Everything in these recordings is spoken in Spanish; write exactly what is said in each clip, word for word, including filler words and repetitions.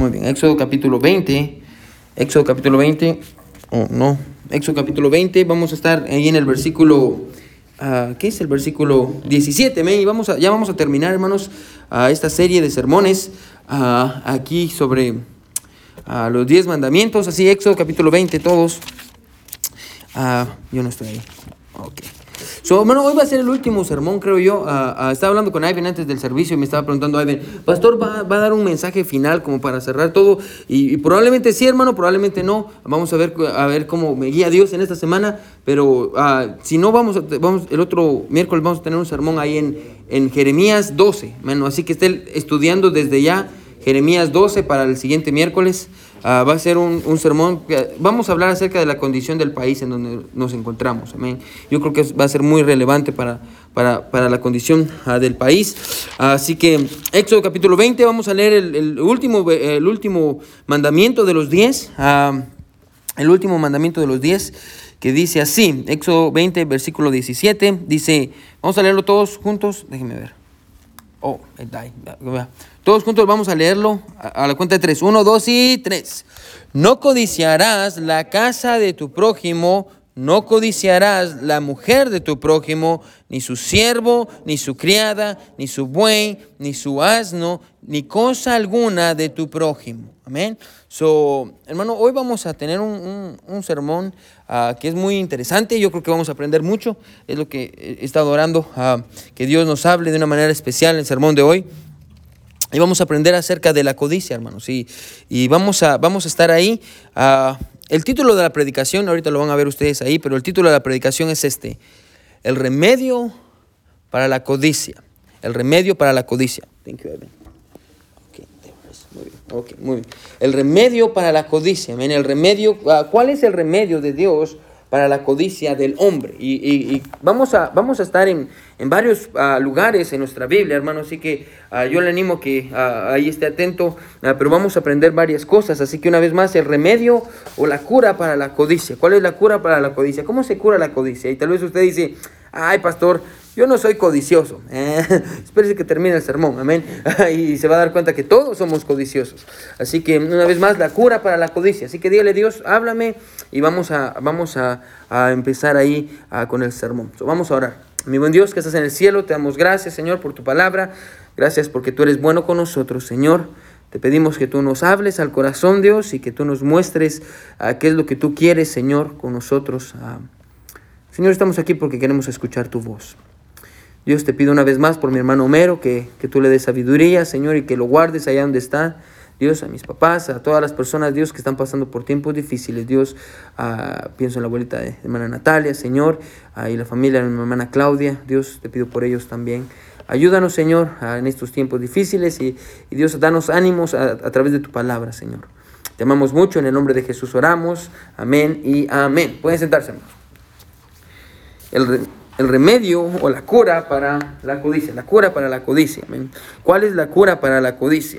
Muy bien, Éxodo capítulo veinte. Éxodo capítulo veinte. Oh, no. Éxodo capítulo veinte. Vamos a estar ahí en el versículo. Uh, ¿Qué es el versículo diecisiete? ¿me? Y vamos a, ya vamos a terminar, hermanos, uh, esta serie de sermones uh, aquí sobre uh, los diez mandamientos. Así, Éxodo capítulo veinte, todos. Uh, yo no estoy ahí. Ok. So, bueno, hoy va a ser el último sermón, creo yo. Uh, uh, estaba hablando con Ivan antes del servicio y me estaba preguntando, Ivan, pastor, ¿va, va a dar un mensaje final como para cerrar todo? Y, y probablemente sí, hermano, probablemente no. Vamos a ver, a ver cómo me guía Dios en esta semana. Pero uh, si no, vamos, a, vamos el otro miércoles vamos a tener un sermón ahí en, en Jeremías doce. Bueno, así que estén estudiando desde ya Jeremías doce para el siguiente miércoles. Uh, va a ser un, un sermón, que vamos a hablar acerca de la condición del país en donde nos encontramos, amén. Yo creo que va a ser muy relevante para, para, para la condición uh, del país. Uh, así que, Éxodo capítulo veinte, vamos a leer el, el, último, el último mandamiento de los diez, uh, el último mandamiento de los diez, que dice así, Éxodo veinte, versículo diecisiete, dice, vamos a leerlo todos juntos, déjenme ver. Oh, die. Todos juntos vamos a leerlo a, a la cuenta de tres. Uno, dos y tres. No codiciarás la casa de tu prójimo, no codiciarás la mujer de tu prójimo, ni su siervo, ni su criada, ni su buey, ni su asno, ni cosa alguna de tu prójimo. Amén. So, hermano, hoy vamos a tener un, un, un sermón uh, que es muy interesante. Yo creo que vamos a aprender mucho. Es lo que he estado orando, uh, que Dios nos hable de una manera especial en el sermón de hoy. Y vamos a aprender acerca de la codicia, hermanos. Y, y vamos, a, vamos a estar ahí. Uh, el título de la predicación, ahorita lo van a ver ustedes ahí, pero el título de la predicación es este: el remedio para la codicia. El remedio para la codicia. Thank you, Evan. Okay, muy bien. Okay, muy bien. El remedio para la codicia. ¿Ven? El remedio, uh, ¿cuál es el remedio de Dios para la codicia del hombre? Y, y, y vamos, a, vamos a estar en, en varios uh, lugares en nuestra Biblia, hermano. Así que uh, yo le animo que uh, ahí esté atento. Uh, pero vamos a aprender varias cosas. Así que una vez más, el remedio o la cura para la codicia. ¿Cuál es la cura para la codicia? ¿Cómo se cura la codicia? Y tal vez usted dice, ay, pastor, yo no soy codicioso. Eh, espérese que termine el sermón, amén. Y se va a dar cuenta que todos somos codiciosos. Así que una vez más, la cura para la codicia. Así que dígale, Dios, háblame, y vamos a, vamos a, a empezar ahí a, con el sermón. So, vamos a orar. Mi buen Dios que estás en el cielo, te damos gracias, Señor, por tu palabra. Gracias porque tú eres bueno con nosotros, Señor. Te pedimos que tú nos hables al corazón, Dios, y que tú nos muestres uh, qué es lo que tú quieres, Señor, con nosotros. Uh, Señor, estamos aquí porque queremos escuchar tu voz. Dios, te pido una vez más por mi hermano Homero, que, que tú le des sabiduría, Señor, y que lo guardes allá donde está. Dios, a mis papás, a todas las personas, Dios, que están pasando por tiempos difíciles. Dios, uh, pienso en la abuelita de hermana Natalia, Señor, uh, y la familia de mi hermana Claudia. Dios, te pido por ellos también. Ayúdanos, Señor, uh, en estos tiempos difíciles y, y Dios, danos ánimos a, a través de tu palabra, Señor. Te amamos mucho, en el nombre de Jesús oramos. Amén y amén. Pueden sentarse, hermanos. El re- El remedio o la cura para la codicia. La cura para la codicia. ¿Ven? ¿Cuál es la cura para la codicia?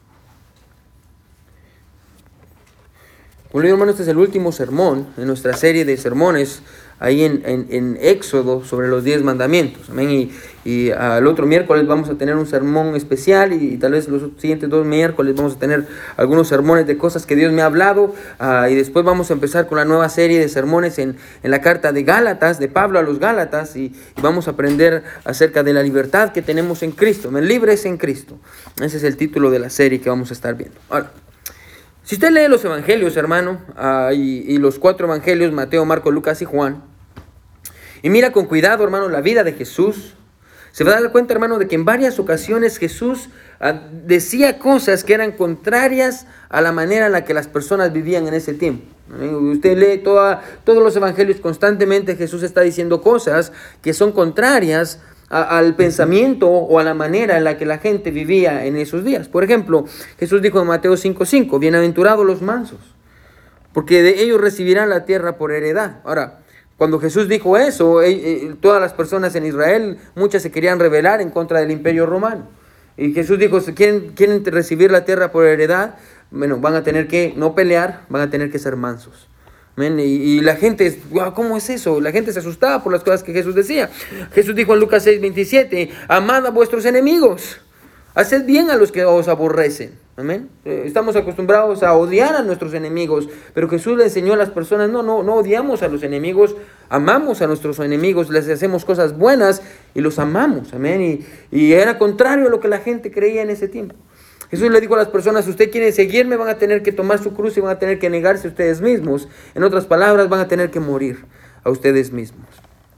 Bueno, hermano, este es el último sermón en nuestra serie de sermones ahí en, en, en Éxodo sobre los diez mandamientos. ¿Amén? Y, y al otro miércoles vamos a tener un sermón especial y, y tal vez los siguientes dos miércoles vamos a tener algunos sermones de cosas que Dios me ha hablado. Uh, y después vamos a empezar con la nueva serie de sermones en, en la carta de Gálatas, de Pablo a los Gálatas. Y, y vamos a aprender acerca de la libertad que tenemos en Cristo. ¿Amén? Libres en Cristo. Ese es el título de la serie que vamos a estar viendo. Ahora, si usted lee los evangelios, hermano, uh, y, y los cuatro evangelios, Mateo, Marcos, Lucas y Juan, y mira con cuidado, hermano, la vida de Jesús, se va a dar cuenta, hermano, de que en varias ocasiones Jesús uh, decía cosas que eran contrarias a la manera en la que las personas vivían en ese tiempo. Usted lee toda, todos los evangelios, constantemente Jesús está diciendo cosas que son contrarias a, al pensamiento o a la manera en la que la gente vivía en esos días. Por ejemplo, Jesús dijo en Mateo cinco cinco, bienaventurados los mansos, porque de ellos recibirán la tierra por heredad. Ahora, cuando Jesús dijo eso, eh, eh, todas las personas en Israel, muchas se querían rebelar en contra del imperio romano. Y Jesús dijo, si quieren, quieren recibir la tierra por heredad, bueno, van a tener que no pelear, van a tener que ser mansos. Y, y la gente, wow, ¿cómo es eso? La gente se asustaba por las cosas que Jesús decía. Jesús dijo en Lucas seis veintisiete, amad a vuestros enemigos, Haced bien a los que os aborrecen. Amén. Estamos acostumbrados a odiar a nuestros enemigos, pero Jesús le enseñó a las personas, no, no, no odiamos a los enemigos, amamos a nuestros enemigos, les hacemos cosas buenas y los amamos. Amén. Y, y era contrario a lo que la gente creía en ese tiempo. Jesús le dijo a las personas, si ustedes quieren seguirme, van a tener que tomar su cruz y van a tener que negarse a ustedes mismos. En otras palabras, van a tener que morir a ustedes mismos.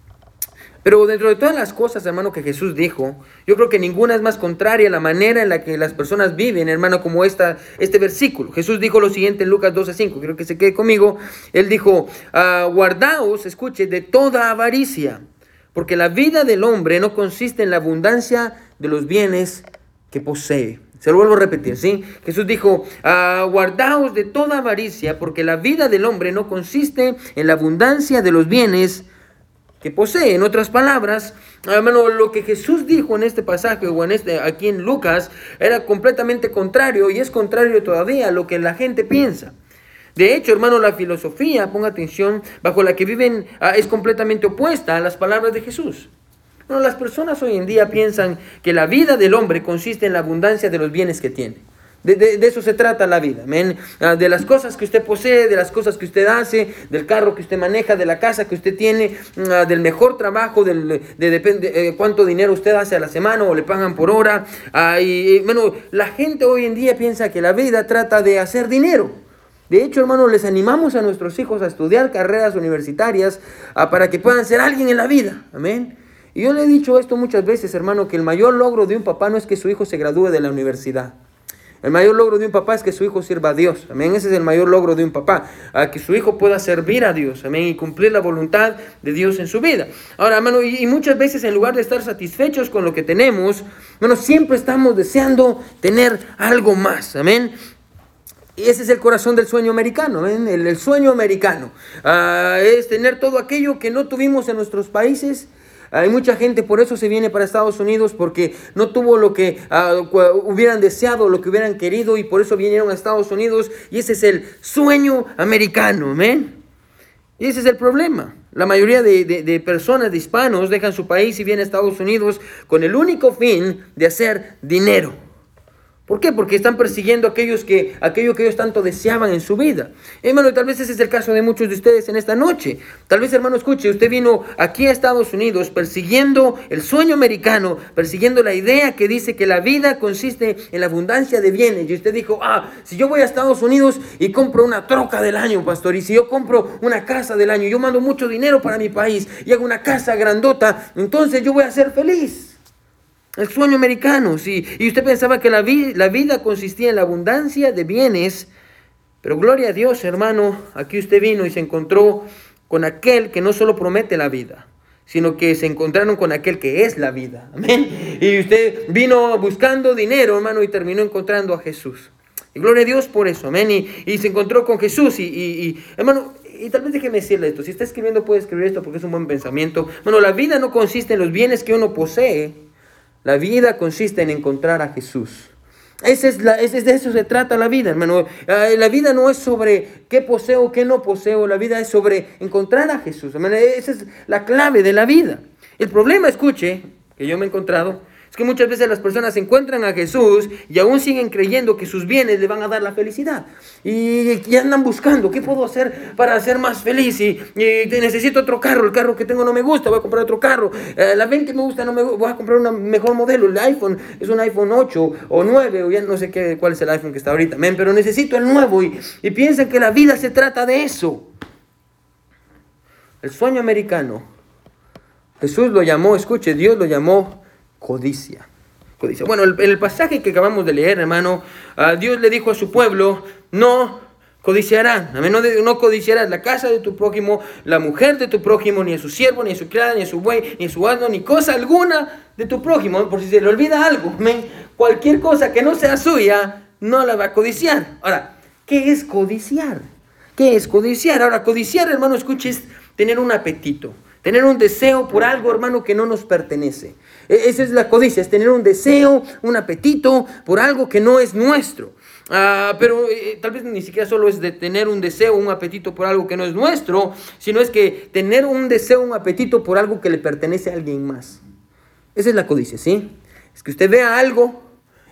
Pero dentro de todas las cosas, hermano, que Jesús dijo, yo creo que ninguna es más contraria a la manera en la que las personas viven, hermano, como esta, este versículo. Jesús dijo lo siguiente en Lucas doce cinco, quiero que se quede conmigo. Él dijo, uh, guardaos, escuche, de toda avaricia, porque la vida del hombre no consiste en la abundancia de los bienes que posee. Se lo vuelvo a repetir, ¿sí? Jesús dijo, uh, guardaos de toda avaricia, porque la vida del hombre no consiste en la abundancia de los bienes que posee. En otras palabras, hermano, lo que Jesús dijo en este pasaje o en este aquí en Lucas era completamente contrario y es contrario todavía a lo que la gente piensa. De hecho, hermano, la filosofía, ponga atención, bajo la que viven uh, es completamente opuesta a las palabras de Jesús. Bueno, las personas hoy en día piensan que la vida del hombre consiste en la abundancia de los bienes que tiene. De, de, de eso se trata la vida, amén. Uh, de las cosas que usted posee, de las cosas que usted hace, del carro que usted maneja, de la casa que usted tiene, uh, del mejor trabajo, del, de depende eh, cuánto dinero usted hace a la semana o le pagan por hora. Uh, y, y bueno, la gente hoy en día piensa que la vida trata de hacer dinero. De hecho, hermano, les animamos a nuestros hijos a estudiar carreras universitarias uh, para que puedan ser alguien en la vida, amén. Y yo le he dicho esto muchas veces, hermano, que el mayor logro de un papá no es que su hijo se gradúe de la universidad. El mayor logro de un papá es que su hijo sirva a Dios. Amén. Ese es el mayor logro de un papá. A que su hijo pueda servir a Dios. Amén. Y cumplir la voluntad de Dios en su vida. Ahora, hermano, y, y muchas veces en lugar de estar satisfechos con lo que tenemos, hermano, siempre estamos deseando tener algo más. Amén. Y ese es el corazón del sueño americano. ¿Ven? El, el sueño americano. Uh, es tener todo aquello que no tuvimos en nuestros países. Hay mucha gente, por eso se viene para Estados Unidos, porque no tuvo lo que uh, hubieran deseado, lo que hubieran querido, y por eso vinieron a Estados Unidos, y ese es el sueño americano, ¿amén? Y ese es el problema. La mayoría de, de, de personas, de hispanos, dejan su país y vienen a Estados Unidos con el único fin de hacer dinero. ¿Por qué? Porque están persiguiendo aquellos que, aquello que ellos tanto deseaban en su vida. Hermano, tal vez ese es el caso de muchos de ustedes en esta noche. Tal vez, hermano, escuche, usted vino aquí a Estados Unidos persiguiendo el sueño americano, persiguiendo la idea que dice que la vida consiste en la abundancia de bienes. Y usted dijo, ah, si yo voy a Estados Unidos y compro una troca del año, pastor, y si yo compro una casa del año, yo mando mucho dinero para mi país y hago una casa grandota, entonces yo voy a ser feliz. El sueño americano, sí. Y usted pensaba que la, vi- la vida consistía en la abundancia de bienes. Pero gloria a Dios, hermano, aquí usted vino y se encontró con aquel que no solo promete la vida, sino que se encontraron con aquel que es la vida. Amén. Y usted vino buscando dinero, hermano, y terminó encontrando a Jesús. Y gloria a Dios por eso, amén. Y, y se encontró con Jesús y, y, y hermano... Y tal vez déjeme decirle esto, si está escribiendo puede escribir esto porque es un buen pensamiento. Bueno, la vida no consiste en los bienes que uno posee. La vida consiste en encontrar a Jesús. Ese es la, ese, de eso se trata la vida, hermano. Uh, la vida no es sobre qué poseo, qué no poseo. La vida es sobre encontrar a Jesús. Hermano, esa es la clave de la vida. El problema, escuche, que yo me he encontrado, es que muchas veces las personas encuentran a Jesús y aún siguen creyendo que sus bienes le van a dar la felicidad. Y, y andan buscando, ¿qué puedo hacer para ser más feliz? Y, y necesito otro carro, el carro que tengo no me gusta, voy a comprar otro carro. Eh, la veinte me gusta, no me voy a comprar un mejor modelo. El iPhone es un iPhone ocho o nueve, o ya no sé qué, cuál es el iPhone que está ahorita, man, pero necesito el nuevo. Y, y piensan que la vida se trata de eso. El sueño americano, Jesús lo llamó, escuche, Dios lo llamó codicia. Codicia. Bueno, el, el pasaje que acabamos de leer, hermano, uh, Dios le dijo a su pueblo, no codiciarán, amén, no, de, no codiciarás la casa de tu prójimo, la mujer de tu prójimo, ni a su siervo, ni a su criada, ni a su buey, ni a su asno, ni cosa alguna de tu prójimo, por si se le olvida algo, amén, cualquier cosa que no sea suya, no la va a codiciar. Ahora, ¿qué es codiciar? ¿Qué es codiciar? Ahora, codiciar, hermano, escuche, es tener un apetito. Tener un deseo por algo, hermano, que no nos pertenece. Esa es la codicia, es tener un deseo, un apetito por algo que no es nuestro. Uh, pero eh, tal vez ni siquiera solo es de tener un deseo, un apetito por algo que no es nuestro, sino es que tener un deseo, un apetito por algo que le pertenece a alguien más. Esa es la codicia, ¿sí? Es que usted vea algo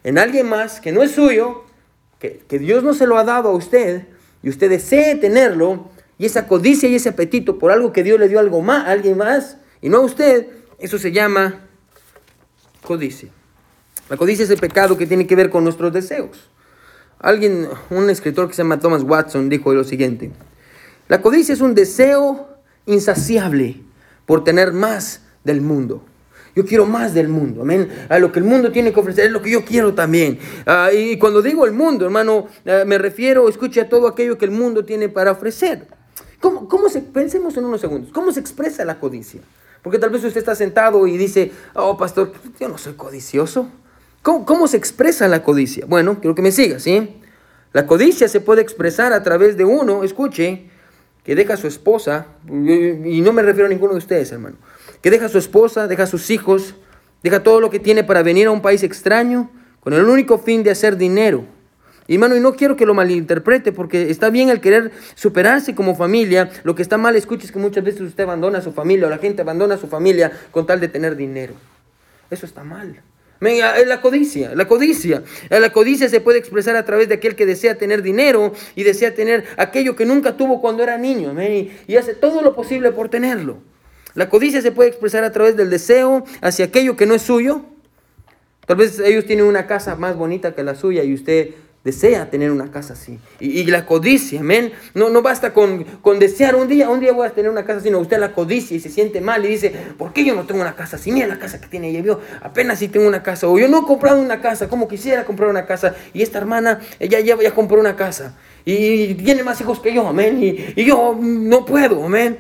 en alguien más que no es suyo, que, que Dios no se lo ha dado a usted, y usted desee tenerlo, y esa codicia y ese apetito por algo que Dios le dio algo más, a alguien más, y no a usted, eso se llama codicia. La codicia es el pecado que tiene que ver con nuestros deseos. Alguien, un escritor que se llama Thomas Watson, dijo lo siguiente: la codicia es un deseo insaciable por tener más del mundo. Yo quiero más del mundo, amén. A lo que el mundo tiene que ofrecer es lo que yo quiero también. Uh, y cuando digo el mundo, hermano, uh, me refiero, escuche, a todo aquello que el mundo tiene para ofrecer. ¿Cómo, cómo se, pensemos en unos segundos, ¿cómo se expresa la codicia? Porque tal vez usted está sentado y dice: oh, pastor, yo no soy codicioso. ¿Cómo, cómo se expresa la codicia? Bueno, quiero que me siga, ¿sí? La codicia se puede expresar a través de uno, escuche, que deja a su esposa, y no me refiero a ninguno de ustedes, hermano, que deja a su esposa, deja a sus hijos, deja todo lo que tiene para venir a un país extraño con el único fin de hacer dinero. Y hermano, y no quiero que lo malinterprete, porque está bien el querer superarse como familia. Lo que está mal, escuche, es que muchas veces usted abandona a su familia, o la gente abandona a su familia con tal de tener dinero. Eso está mal. La codicia, la codicia. La codicia se puede expresar a través de aquel que desea tener dinero y desea tener aquello que nunca tuvo cuando era niño, amén, y hace todo lo posible por tenerlo. La codicia se puede expresar a través del deseo hacia aquello que no es suyo. Tal vez ellos tienen una casa más bonita que la suya y usted desea tener una casa así. Y, y la codicia, amén. No, no basta con, con desear un día, un día voy a tener una casa así. No, usted la codicia y se siente mal y dice: ¿por qué yo no tengo una casa así? Mira la casa que tiene ella, yo apenas sí tengo una casa. O yo no he comprado una casa, como quisiera comprar una casa. Y esta hermana, ella ya, ya compró una casa. Y tiene más hijos que yo, amén. Y, y yo no puedo, amén.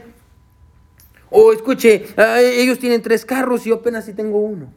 O escuche, uh, ellos tienen tres carros y yo apenas sí tengo uno.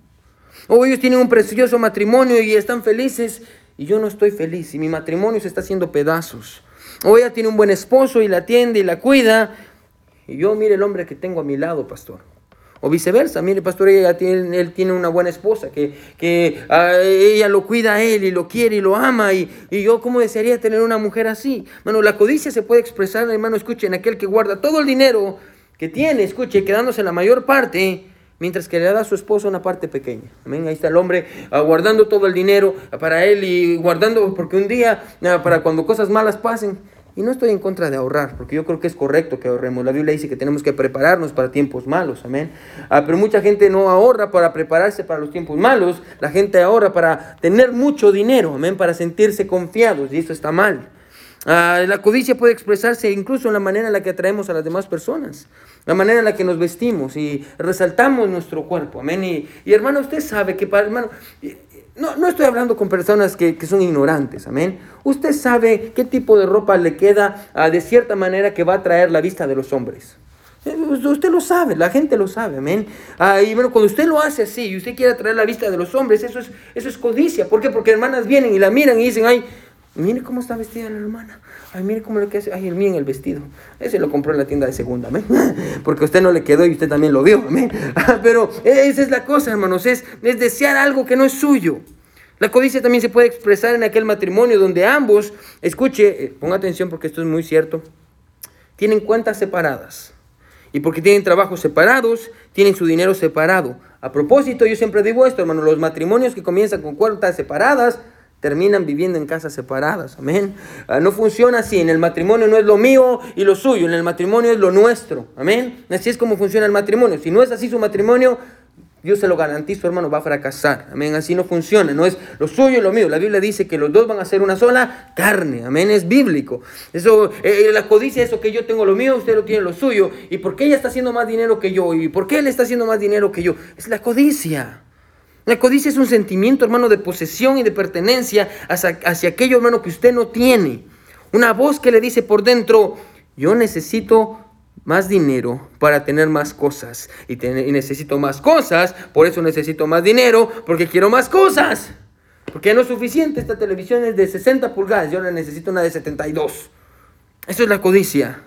O ellos tienen un precioso matrimonio y están felices y yo no estoy feliz y mi matrimonio se está haciendo pedazos. O ella tiene un buen esposo y la atiende y la cuida y yo, mire el hombre que tengo a mi lado, pastor. O viceversa, mire, pastor, ella tiene, él tiene una buena esposa que, que uh, ella lo cuida a él y lo quiere y lo ama. Y, y yo, ¿cómo desearía tener una mujer así? Bueno, la codicia se puede expresar, hermano, escuchen, aquel que guarda todo el dinero que tiene, escuche, quedándose la mayor parte, mientras que le da a su esposa una parte pequeña. Amén. Ahí está el hombre uh, guardando todo el dinero uh, para él y guardando, porque un día, uh, para cuando cosas malas pasen. Y no estoy en contra de ahorrar, porque yo creo que es correcto que ahorremos. La Biblia dice que tenemos que prepararnos para tiempos malos, amén. Uh, pero mucha gente no ahorra para prepararse para los tiempos malos. La gente ahorra para tener mucho dinero, amén, para sentirse confiados, y eso está mal. Uh, la codicia puede expresarse incluso en la manera en la que atraemos a las demás personas, la manera en la que nos vestimos y resaltamos nuestro cuerpo, amén. Y, y hermano, usted sabe que, para, hermano, no, no estoy hablando con personas que, que son ignorantes, amén. Usted sabe qué tipo de ropa le queda uh, de cierta manera que va a atraer la vista de los hombres. Usted lo sabe, la gente lo sabe, amén. Uh, y bueno, cuando usted lo hace así y usted quiere atraer la vista de los hombres, eso es, eso es codicia. ¿Por qué? Porque hermanas vienen y la miran y dicen: ay, mire cómo está vestida la hermana. Ay, mire cómo le queda. Ay, el mío en el vestido. Ese lo compró en la tienda de segunda, amén. Porque a usted no le quedó y usted también lo vio, amén. Pero esa es la cosa, hermanos. Es, es desear algo que no es suyo. La codicia también se puede expresar en aquel matrimonio donde ambos, escuche, ponga atención porque esto es muy cierto, tienen cuentas separadas. Y porque tienen trabajos separados, tienen su dinero separado. A propósito, yo siempre digo esto, hermano, los matrimonios que comienzan con cuentas separadas terminan viviendo en casas separadas, amén. Uh, no funciona así. En el matrimonio no es lo mío y lo suyo, en el matrimonio es lo nuestro, amén. Así es como funciona el matrimonio. Si no es así su matrimonio, yo se lo garantizo, hermano, va a fracasar, amén. Así no funciona, no es lo suyo y lo mío. La Biblia dice que los dos van a ser una sola carne, amén, es bíblico. Eso, eh, la codicia es eso, que yo tengo lo mío, usted lo tiene lo suyo. ¿Y por qué ella está haciendo más dinero que yo? ¿Y por qué él está haciendo más dinero que yo? Es la codicia. La codicia es un sentimiento, hermano, de posesión y de pertenencia hacia, hacia aquello, hermano, que usted no tiene. Una voz que le dice por dentro: yo necesito más dinero para tener más cosas. Y, tener, y necesito más cosas, por eso necesito más dinero, porque quiero más cosas. Porque no es suficiente, esta televisión es de sesenta pulgadas, yo ahora necesito una de setenta y dos. Eso es la codicia.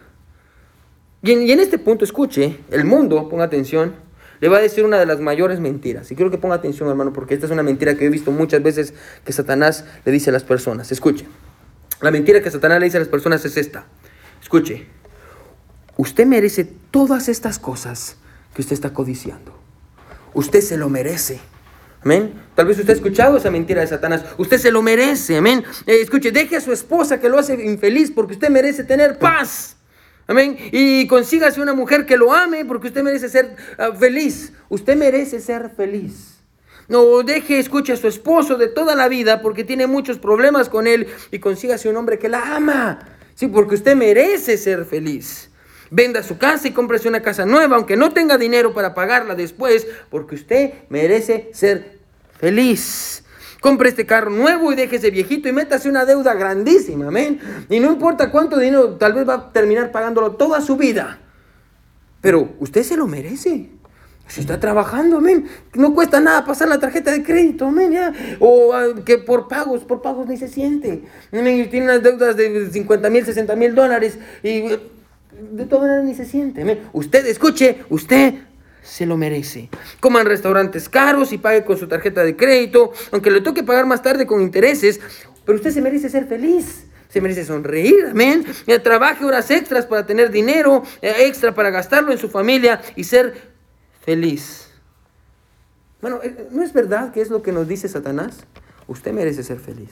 Y en, y en este punto, escuche, el mundo, ponga atención, le va a decir una de las mayores mentiras. Y quiero que ponga atención, hermano, porque esta es una mentira que he visto muchas veces que Satanás le dice a las personas. Escuche. La mentira que Satanás le dice a las personas es esta. Escuche. Usted merece todas estas cosas que usted está codiciando. Usted se lo merece. Amén. Tal vez usted ha escuchado esa mentira de Satanás. Usted se lo merece. Amén. Eh, escuche, deje a su esposa que lo hace infeliz porque usted merece tener paz. Amén. Y consígase una mujer que lo ame porque usted merece ser uh, feliz. Usted merece ser feliz. No deje, escuche a su esposo de toda la vida porque tiene muchos problemas con él y consígase un hombre que la ama. Sí, porque usted merece ser feliz. Venda su casa y cómprese una casa nueva, aunque no tenga dinero para pagarla después, porque usted merece ser feliz. Compre este carro nuevo y déjese viejito y métase una deuda grandísima, amén. Y no importa cuánto dinero, tal vez va a terminar pagándolo toda su vida. Pero usted se lo merece. Si está trabajando, amén. No cuesta nada pasar la tarjeta de crédito, amén, ya. O uh, que por pagos, por pagos ni se siente. Amén. Y tiene unas deudas de cincuenta mil, sesenta mil dólares y de todas maneras ni se siente. Amén. Usted, escuche, usted se lo merece. Coma en restaurantes caros y pague con su tarjeta de crédito, aunque le toque pagar más tarde con intereses, pero usted se merece ser feliz. Se merece sonreír, amén. Trabaje horas extras para tener dinero extra para gastarlo en su familia y ser feliz. Bueno, ¿no es verdad que es lo que nos dice Satanás? Usted merece ser feliz.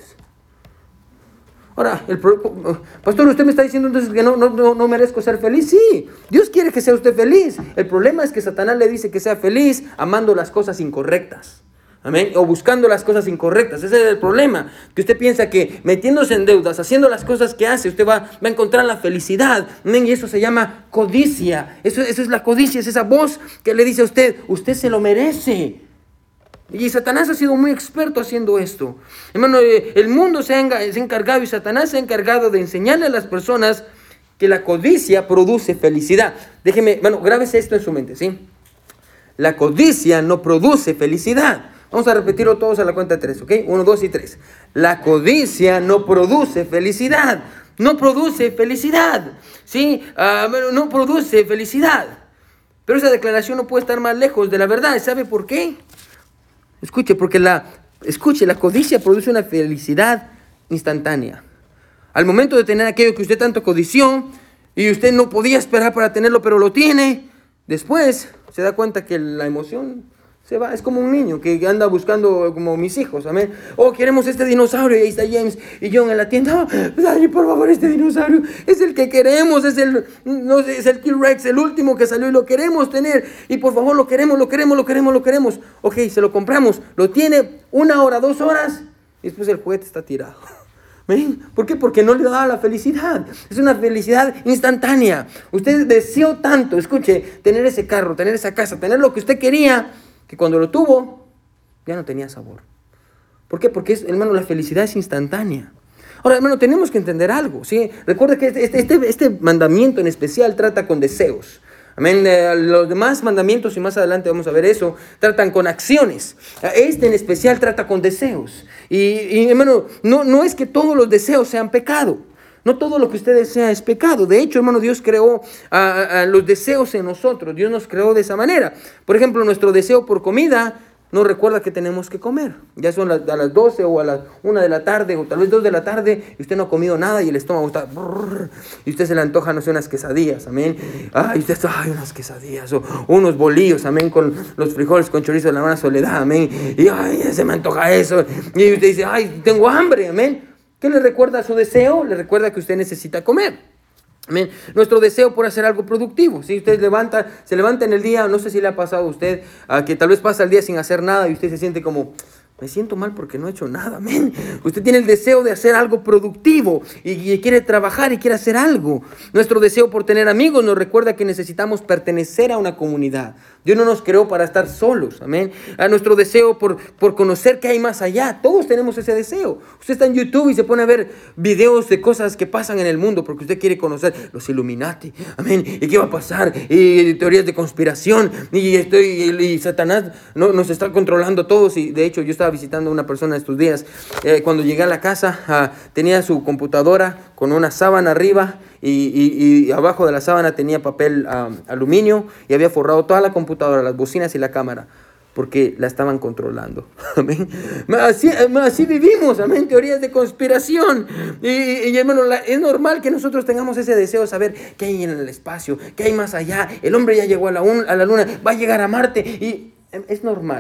Ahora, el pro... pastor, ¿usted me está diciendo entonces que no, no, no, no merezco ser feliz? Sí, Dios quiere que sea usted feliz. El problema es que Satanás le dice que sea feliz amando las cosas incorrectas. Amén. O buscando las cosas incorrectas. Ese es el problema. Que usted piensa que metiéndose en deudas, haciendo las cosas que hace, usted va, va a encontrar la felicidad. Amén. Y eso se llama codicia. Eso, eso es la codicia. Es esa voz que le dice a usted, usted se lo merece. Y Satanás ha sido muy experto haciendo esto. Hermano, el mundo se ha encargado y Satanás se ha encargado de enseñarle a las personas que la codicia produce felicidad. Déjeme, bueno, grábese esto en su mente, ¿sí? La codicia no produce felicidad. Vamos a repetirlo todos a la cuenta de tres, ¿ok? Uno, dos y tres. La codicia no produce felicidad. No produce felicidad. ¿Sí? Uh, no produce felicidad. Pero esa declaración no puede estar más lejos de la verdad. ¿Sabe por qué? Escuche, porque la, escuche, la codicia produce una felicidad instantánea. Al momento de tener aquello que usted tanto codició y usted no podía esperar para tenerlo, pero lo tiene, después se da cuenta que la emoción se va. Es como un niño que anda buscando, como mis hijos, amén. Oh, queremos este dinosaurio y ahí está James y John en la tienda. Oh, Daddy, por favor, este dinosaurio es el que queremos, es el, no sé, es el T-Rex, el último que salió y lo queremos tener. Y por favor, lo queremos, lo queremos, lo queremos, lo queremos. Ok, se lo compramos, lo tiene una hora, dos horas y después el juguete está tirado. ¿Ven? ¿Por qué? Porque no le da la felicidad. Es una felicidad instantánea. Usted deseó tanto, escuche, tener ese carro, tener esa casa, tener lo que usted quería, que cuando lo tuvo, ya no tenía sabor. ¿Por qué? Porque, es, hermano, la felicidad es instantánea. Ahora, hermano, tenemos que entender algo, ¿sí? Recuerda que este, este, este mandamiento en especial trata con deseos. Amén. Eh, los demás mandamientos, y más adelante vamos a ver eso, tratan con acciones. Este en especial trata con deseos. Y, y hermano, no, no es que todos los deseos sean pecado. No todo lo que usted desea es pecado. De hecho, hermano, Dios creó a, a los deseos en nosotros. Dios nos creó de esa manera. Por ejemplo, nuestro deseo por comida nos recuerda que tenemos que comer. Ya son las, a las doce o a las una de la tarde o tal vez dos de la tarde y usted no ha comido nada y el estómago está... Brrr, y usted se le antoja, no sé, unas quesadillas, amén. Ay, usted está, ay, unas quesadillas o unos bolillos, amén, con los frijoles con chorizo de la hermana Soledad, amén. Y ay, se me antoja eso. Y usted dice, ay, tengo hambre, amén. ¿Qué le recuerda a su deseo? Le recuerda que usted necesita comer. Amén. Nuestro deseo por hacer algo productivo. Si usted levanta, se levanta en el día, no sé si le ha pasado a usted, a que tal vez pasa el día sin hacer nada y usted se siente como, me siento mal porque no he hecho nada. Amén. Usted tiene el deseo de hacer algo productivo y, y quiere trabajar y quiere hacer algo. Nuestro deseo por tener amigos nos recuerda que necesitamos pertenecer a una comunidad. Dios no nos creó para estar solos, amén. A nuestro deseo por, por conocer qué hay más allá. Todos tenemos ese deseo. Usted está en YouTube y se pone a ver videos de cosas que pasan en el mundo porque usted quiere conocer los Illuminati, amén. ¿Y qué va a pasar? Y teorías de conspiración. Y, estoy, y, y Satanás no, nos está controlando a todos. Y de hecho yo estaba visitando a una persona estos días. Eh, cuando llegué a la casa uh, tenía su computadora con una sábana arriba. Y, y, y abajo de la sábana tenía papel um, aluminio y había forrado toda la computadora, las bocinas y la cámara, porque la estaban controlando. Amén. Así, así vivimos, amén, teorías de conspiración. Y, y hermano, la, es normal que nosotros tengamos ese deseo de saber qué hay en el espacio, qué hay más allá. El hombre ya llegó a la, un, a la luna, va a llegar a Marte y es normal.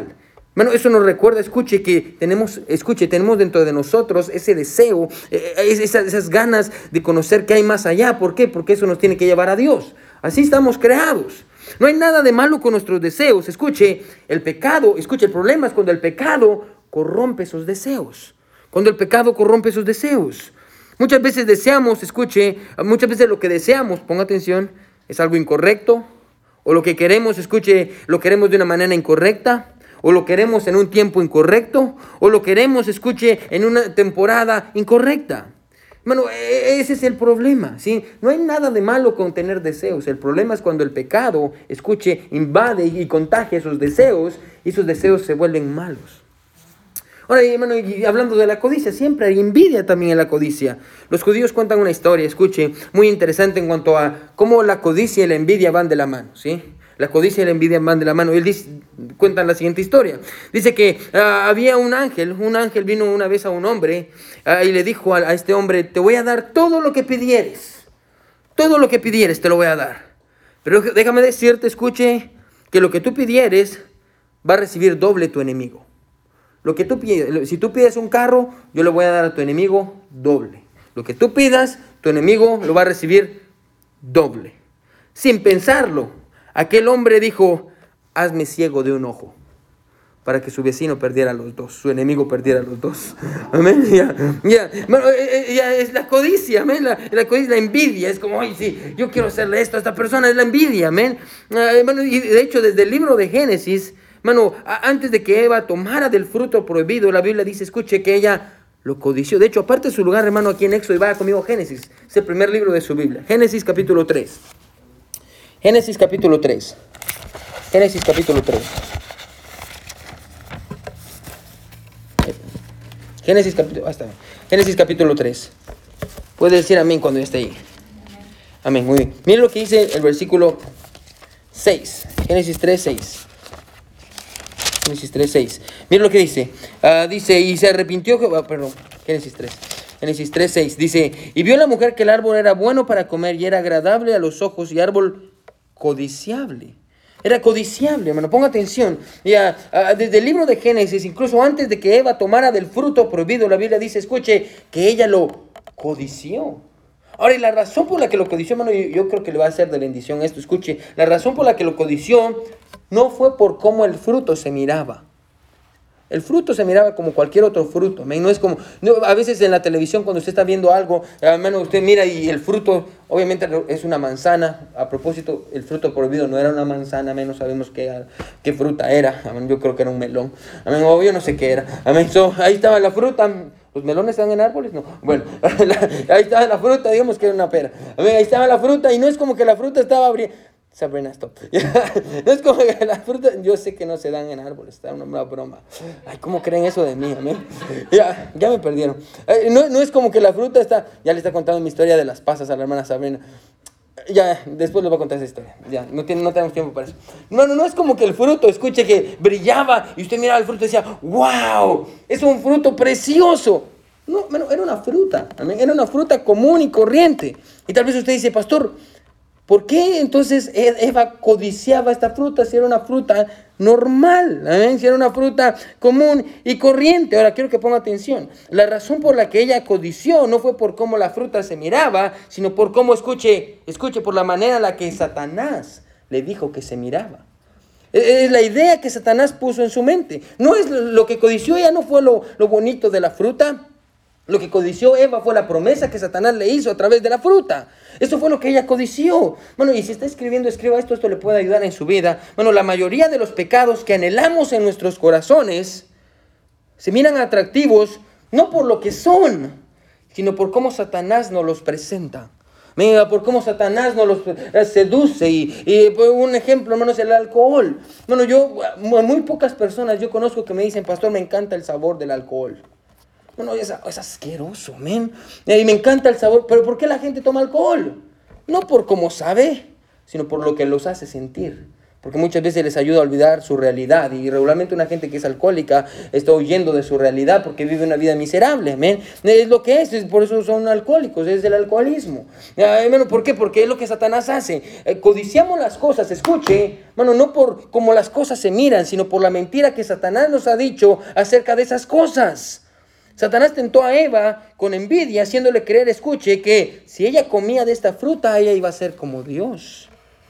Bueno, eso nos recuerda, escuche, que tenemos, escuche, tenemos dentro de nosotros ese deseo, eh, esas, esas ganas de conocer qué hay más allá. ¿Por qué? Porque eso nos tiene que llevar a Dios. Así estamos creados. No hay nada de malo con nuestros deseos. Escuche, el pecado, escuche, el problema es cuando el pecado corrompe esos deseos. Cuando el pecado corrompe esos deseos. Muchas veces deseamos, escuche, muchas veces lo que deseamos, ponga atención, es algo incorrecto. O lo que queremos, escuche, lo queremos de una manera incorrecta. O lo queremos en un tiempo incorrecto. O lo queremos, escuche, en una temporada incorrecta. Bueno, ese es el problema, ¿sí? No hay nada de malo con tener deseos. El problema es cuando el pecado, escuche, invade y contagia esos deseos. Y esos deseos se vuelven malos. Ahora, hermano, y hablando de la codicia, siempre hay envidia también en la codicia. Los judíos cuentan una historia, escuche, muy interesante en cuanto a cómo la codicia y la envidia van de la mano, ¿sí? La codicia y la envidia van de la mano. Él dice, cuentan la siguiente historia. Dice que uh, había un ángel, un ángel vino una vez a un hombre uh, y le dijo a, a este hombre, te voy a dar todo lo que pidieres. Todo lo que pidieres te lo voy a dar. Pero déjame decirte, escuche, que lo que tú pidieres va a recibir doble tu enemigo. Lo que tú pides, si tú pides un carro, yo le voy a dar a tu enemigo doble. Lo que tú pidas, tu enemigo lo va a recibir doble. Sin pensarlo. Aquel hombre dijo, hazme ciego de un ojo, para que su vecino perdiera los dos, su enemigo perdiera los dos. Amén. Ya, ya. Bueno, ya es la codicia, amén. La, la codicia, la envidia, es como, ay, sí, yo quiero hacerle esto a esta persona, es la envidia, amén. Uh, bueno, y de hecho, desde el libro de Génesis, bueno, antes de que Eva tomara del fruto prohibido, la Biblia dice, escuche, que ella lo codició. De hecho, aparte de su lugar, hermano, aquí en Éxodo, y vaya conmigo a Génesis, es el primer libro de su Biblia. Génesis capítulo tres. Génesis capítulo tres. Génesis capítulo tres. Génesis capítulo, ah, está bien. Génesis capítulo tres. Puede decir amén cuando ya esté ahí. Amén, muy bien. Miren lo que dice el versículo seis. Génesis tres, seis. Génesis tres, seis. Miren lo que dice. Uh, dice, y se arrepintió Jehová, perdón, Génesis tres. Génesis tres, seis. Dice, y vio la mujer que el árbol era bueno para comer y era agradable a los ojos y árbol codiciable. Era codiciable, hermano. Ponga atención. Ya, uh, desde el libro de Génesis, incluso antes de que Eva tomara del fruto prohibido, la Biblia dice, escuche, que ella lo codició. Ahora, y la razón por la que lo codició, hermano, yo, yo creo que le va a ser de bendición esto. Escuche, la razón por la que lo codició no fue por cómo el fruto se miraba. El fruto se miraba como cualquier otro fruto. No es como, no, a veces en la televisión cuando usted está viendo algo, hermano, usted mira y el fruto obviamente es una manzana. A propósito, el fruto prohibido no era una manzana, menos sabemos qué, qué fruta era. Amén, yo creo que era un melón. Amén, obvio no sé qué era. Amén, so, ahí estaba la fruta. ¿Los melones están en árboles? No. Bueno, la, ahí estaba la fruta, digamos que era una pera. Amén, ahí estaba la fruta y no es como que la fruta estaba abriendo. Sabrina, stop. No es como que la fruta, yo sé que no se dan en árboles, está una, una broma. Ay, ¿cómo creen eso de mí? Amén. Ya, ya me perdieron. No, no es como que la fruta está, ya le está contando mi historia de las pasas a la hermana Sabrina. Ya, después les voy a contar esa historia. Ya, no, tiene, no tenemos tiempo para eso. No, no, no es como que el fruto, escuche que brillaba y usted miraba el fruto y decía, wow, es un fruto precioso. No, bueno, era una fruta, amén. Era una fruta común y corriente. Y tal vez usted dice, pastor, ¿por qué entonces Eva codiciaba esta fruta si era una fruta normal? ¿Eh? Si era una fruta común y corriente. Ahora quiero que ponga atención. La razón por la que ella codició no fue por cómo la fruta se miraba, sino por cómo, escuche, escuche, por la manera en la que Satanás le dijo que se miraba. Es la idea que Satanás puso en su mente. No es lo que codició ella, no fue lo, lo bonito de la fruta. Lo que codició Eva fue la promesa que Satanás le hizo a través de la fruta. Eso fue lo que ella codició. Bueno, y si está escribiendo, escriba esto, esto le puede ayudar en su vida. Bueno, la mayoría de los pecados que anhelamos en nuestros corazones se miran atractivos no por lo que son, sino por cómo Satanás nos los presenta. Mira, por cómo Satanás nos los seduce. Y, y un ejemplo, hermanos, el alcohol. Bueno, yo, muy pocas personas yo conozco que me dicen, pastor, me encanta el sabor del alcohol. No, es, es asqueroso, men. Y me encanta el sabor. Pero ¿por qué la gente toma alcohol? No por cómo sabe, sino por lo que los hace sentir. porque muchas veces les ayuda a olvidar su realidad. Y regularmente una gente que es alcohólica está huyendo de su realidad porque vive una vida miserable. ¿Amén? Es lo que es, es por eso son alcohólicos, es el alcoholismo. Hermano, ¿por qué? Porque es lo que Satanás hace. Eh, codiciamos las cosas, escuche, hermano, no por cómo las cosas se miran, sino por la mentira que Satanás nos ha dicho acerca de esas cosas. Satanás tentó a Eva con envidia, haciéndole creer, escuche, que si ella comía de esta fruta, ella iba a ser como Dios.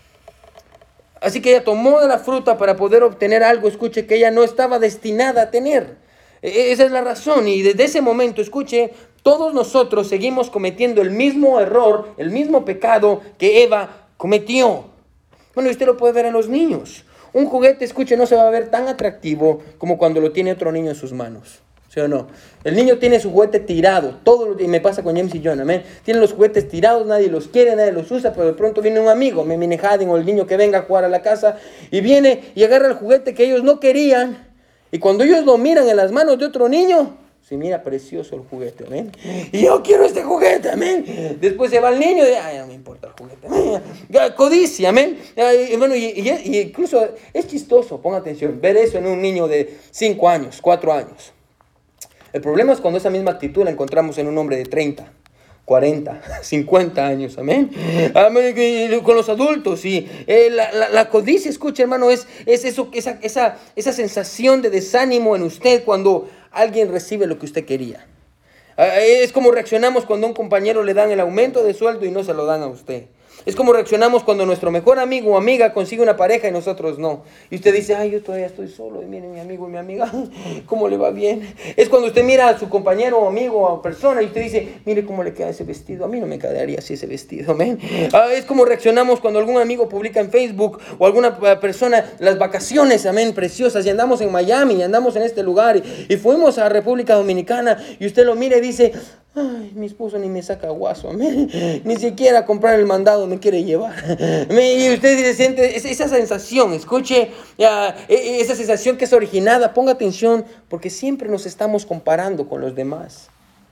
Así que ella tomó de la fruta para poder obtener algo, escuche, que ella no estaba destinada a tener. Esa es la razón. Y desde ese momento, escuche, todos nosotros seguimos cometiendo el mismo error, el mismo pecado que Eva cometió. Bueno, y usted lo puede ver en los niños. Un juguete, escuche, no se va a ver tan atractivo como cuando lo tiene otro niño en sus manos. ¿Sí o no? El niño tiene su juguete tirado, todo, y me pasa con James y John, amén. Tienen los juguetes tirados, nadie los quiere, nadie los usa, pero de pronto viene un amigo, me viene Hadin o el niño que venga a jugar a la casa, y viene y agarra el juguete que ellos no querían, y cuando ellos lo miran en las manos de otro niño, se mira precioso el juguete, amén. Y yo quiero este juguete, amén. Después se va el niño y ay, no me importa el juguete, amén. Codicia, amén. Y, bueno, y, y, y incluso es chistoso, ponga atención, ver eso en un niño de cinco años, cuatro años. El problema es cuando esa misma actitud la encontramos en un hombre de treinta, cuarenta, cincuenta años, amén. Amén. Con los adultos, y eh, la, la, la codicia, escucha, hermano, es, es eso, esa, esa, esa sensación de desánimo en usted cuando alguien recibe lo que usted quería. Es como reaccionamos cuando a un compañero le dan el aumento de sueldo y no se lo dan a usted. Es como reaccionamos cuando nuestro mejor amigo o amiga consigue una pareja y nosotros no. Y usted dice, ay, yo todavía estoy solo. Y mire, mi amigo y mi amiga, cómo le va bien. Es cuando usted mira a su compañero o amigo o persona y usted dice, mire cómo le queda ese vestido. A mí no me quedaría así ese vestido, amén. Ah, es como reaccionamos cuando algún amigo publica en Facebook o alguna persona las vacaciones, amén, preciosas. Y andamos en Miami y andamos en este lugar. Y, y fuimos a República Dominicana y usted lo mira y dice, ay, mi esposo ni me saca guaso, amén. Ni siquiera comprar el mandado me quiere llevar. Y usted se siente esa sensación, escuche, esa sensación que es originada, ponga atención, porque siempre nos estamos comparando con los demás.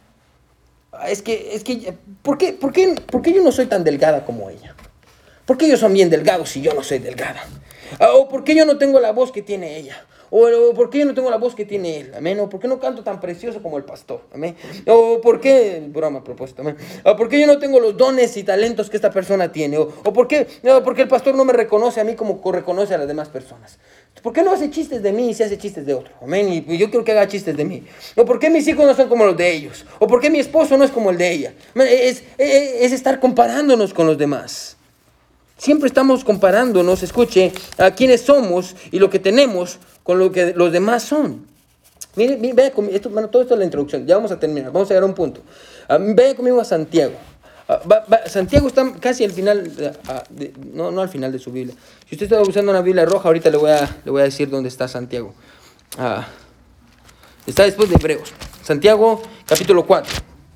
Es que, es que, ¿por qué, por qué, por qué yo no soy tan delgada como ella? ¿Por qué ellos son bien delgados si yo no soy delgada? ¿O por qué yo no tengo la voz que tiene ella? O, o ¿por qué yo no tengo la voz que tiene él? Amén. ¿O por qué no canto tan precioso como el pastor? Amén. ¿O por qué, broma propuesta, amén? ¿O por qué yo no tengo los dones y talentos que esta persona tiene? ¿O, o por qué, no, porque el pastor no me reconoce a mí como reconoce a las demás personas? ¿Por qué no hace chistes de mí y se hace chistes de otro? Amén. Y yo quiero que haga chistes de mí. ¿O por qué mis hijos no son como los de ellos? ¿O por qué mi esposo no es como el de ella? Es, es, es estar comparándonos con los demás. Siempre estamos comparándonos, escuche, a quiénes somos y lo que tenemos con lo que los demás son. Mire, mire vea conmigo, esto, bueno, todo esto es la introducción, ya vamos a terminar, vamos a llegar a un punto. Uh, vaya conmigo a Santiago. Uh, va, va, Santiago está casi al final, uh, de, no, no al final de su Biblia. Si usted está usando una Biblia roja, ahorita le voy a, le voy a decir dónde está Santiago. Uh, está después de Hebreos. Santiago, capítulo cuatro.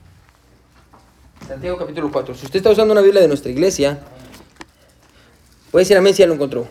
Santiago, capítulo cuatro. Si usted está usando una Biblia de nuestra iglesia, puede decir amén si ya lo encontró.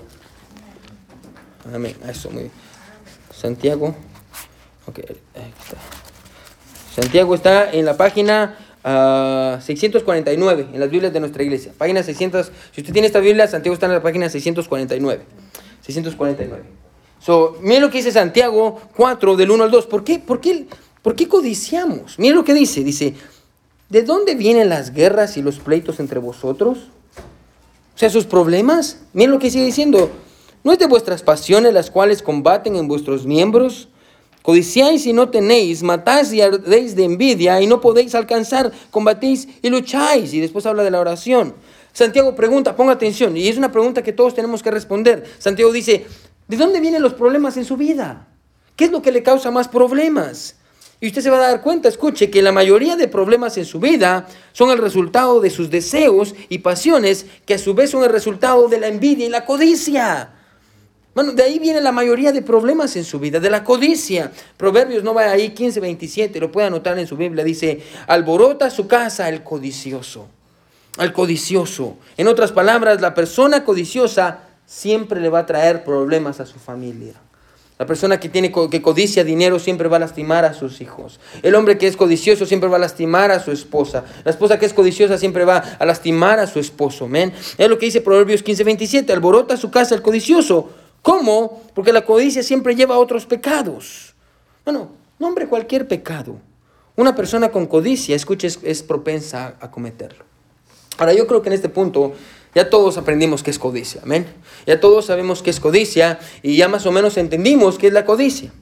Amén, eso, muy bien. Santiago, ok, ahí está. Santiago está en la página uh, seiscientos cuarenta y nueve, en las Biblias de nuestra iglesia. Página seiscientos, si usted tiene esta Biblia, Santiago está en la página seiscientos cuarenta y nueve. seiscientos cuarenta y nueve. So, miren lo que dice Santiago cuatro, del uno al dos. ¿Por qué, por qué, por qué codiciamos? Miren lo que dice, dice, ¿de dónde vienen las guerras y los pleitos entre vosotros? O sea, sus problemas, miren lo que sigue diciendo. ¿No es de vuestras pasiones las cuales combaten en vuestros miembros? Codiciáis y no tenéis, matáis y ardéis de envidia y no podéis alcanzar, combatís y lucháis. Y después habla de la oración. Santiago pregunta, ponga atención, y es una pregunta que todos tenemos que responder. Santiago dice, ¿de dónde vienen los problemas en su vida? ¿Qué es lo que le causa más problemas? Y usted se va a dar cuenta, escuche, que la mayoría de problemas en su vida son el resultado de sus deseos y pasiones, que a su vez son el resultado de la envidia y la codicia. Bueno, de ahí viene la mayoría de problemas en su vida, de la codicia. Proverbios, no va ahí, quince, veintisiete, lo puede anotar en su Biblia, dice, alborota su casa el codicioso, al codicioso. En otras palabras, la persona codiciosa siempre le va a traer problemas a su familia. La persona que tiene que codicia dinero siempre va a lastimar a sus hijos. El hombre que es codicioso siempre va a lastimar a su esposa. La esposa que es codiciosa siempre va a lastimar a su esposo. ¿Amén? Es lo que dice Proverbios quince veintisiete. Alborota su casa el codicioso. ¿Cómo? Porque la codicia siempre lleva a otros pecados. Bueno, nombre cualquier pecado. Una persona con codicia, escuche, es, es propensa a cometerlo. Ahora, yo creo que en este punto ya todos aprendimos qué es codicia, amén. Ya todos sabemos qué es codicia y ya más o menos entendimos qué es la codicia.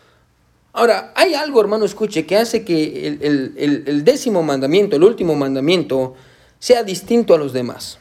Ahora, hay algo, hermano, escuche, que hace que el, el, el, el décimo mandamiento, el último mandamiento, sea distinto a los demás.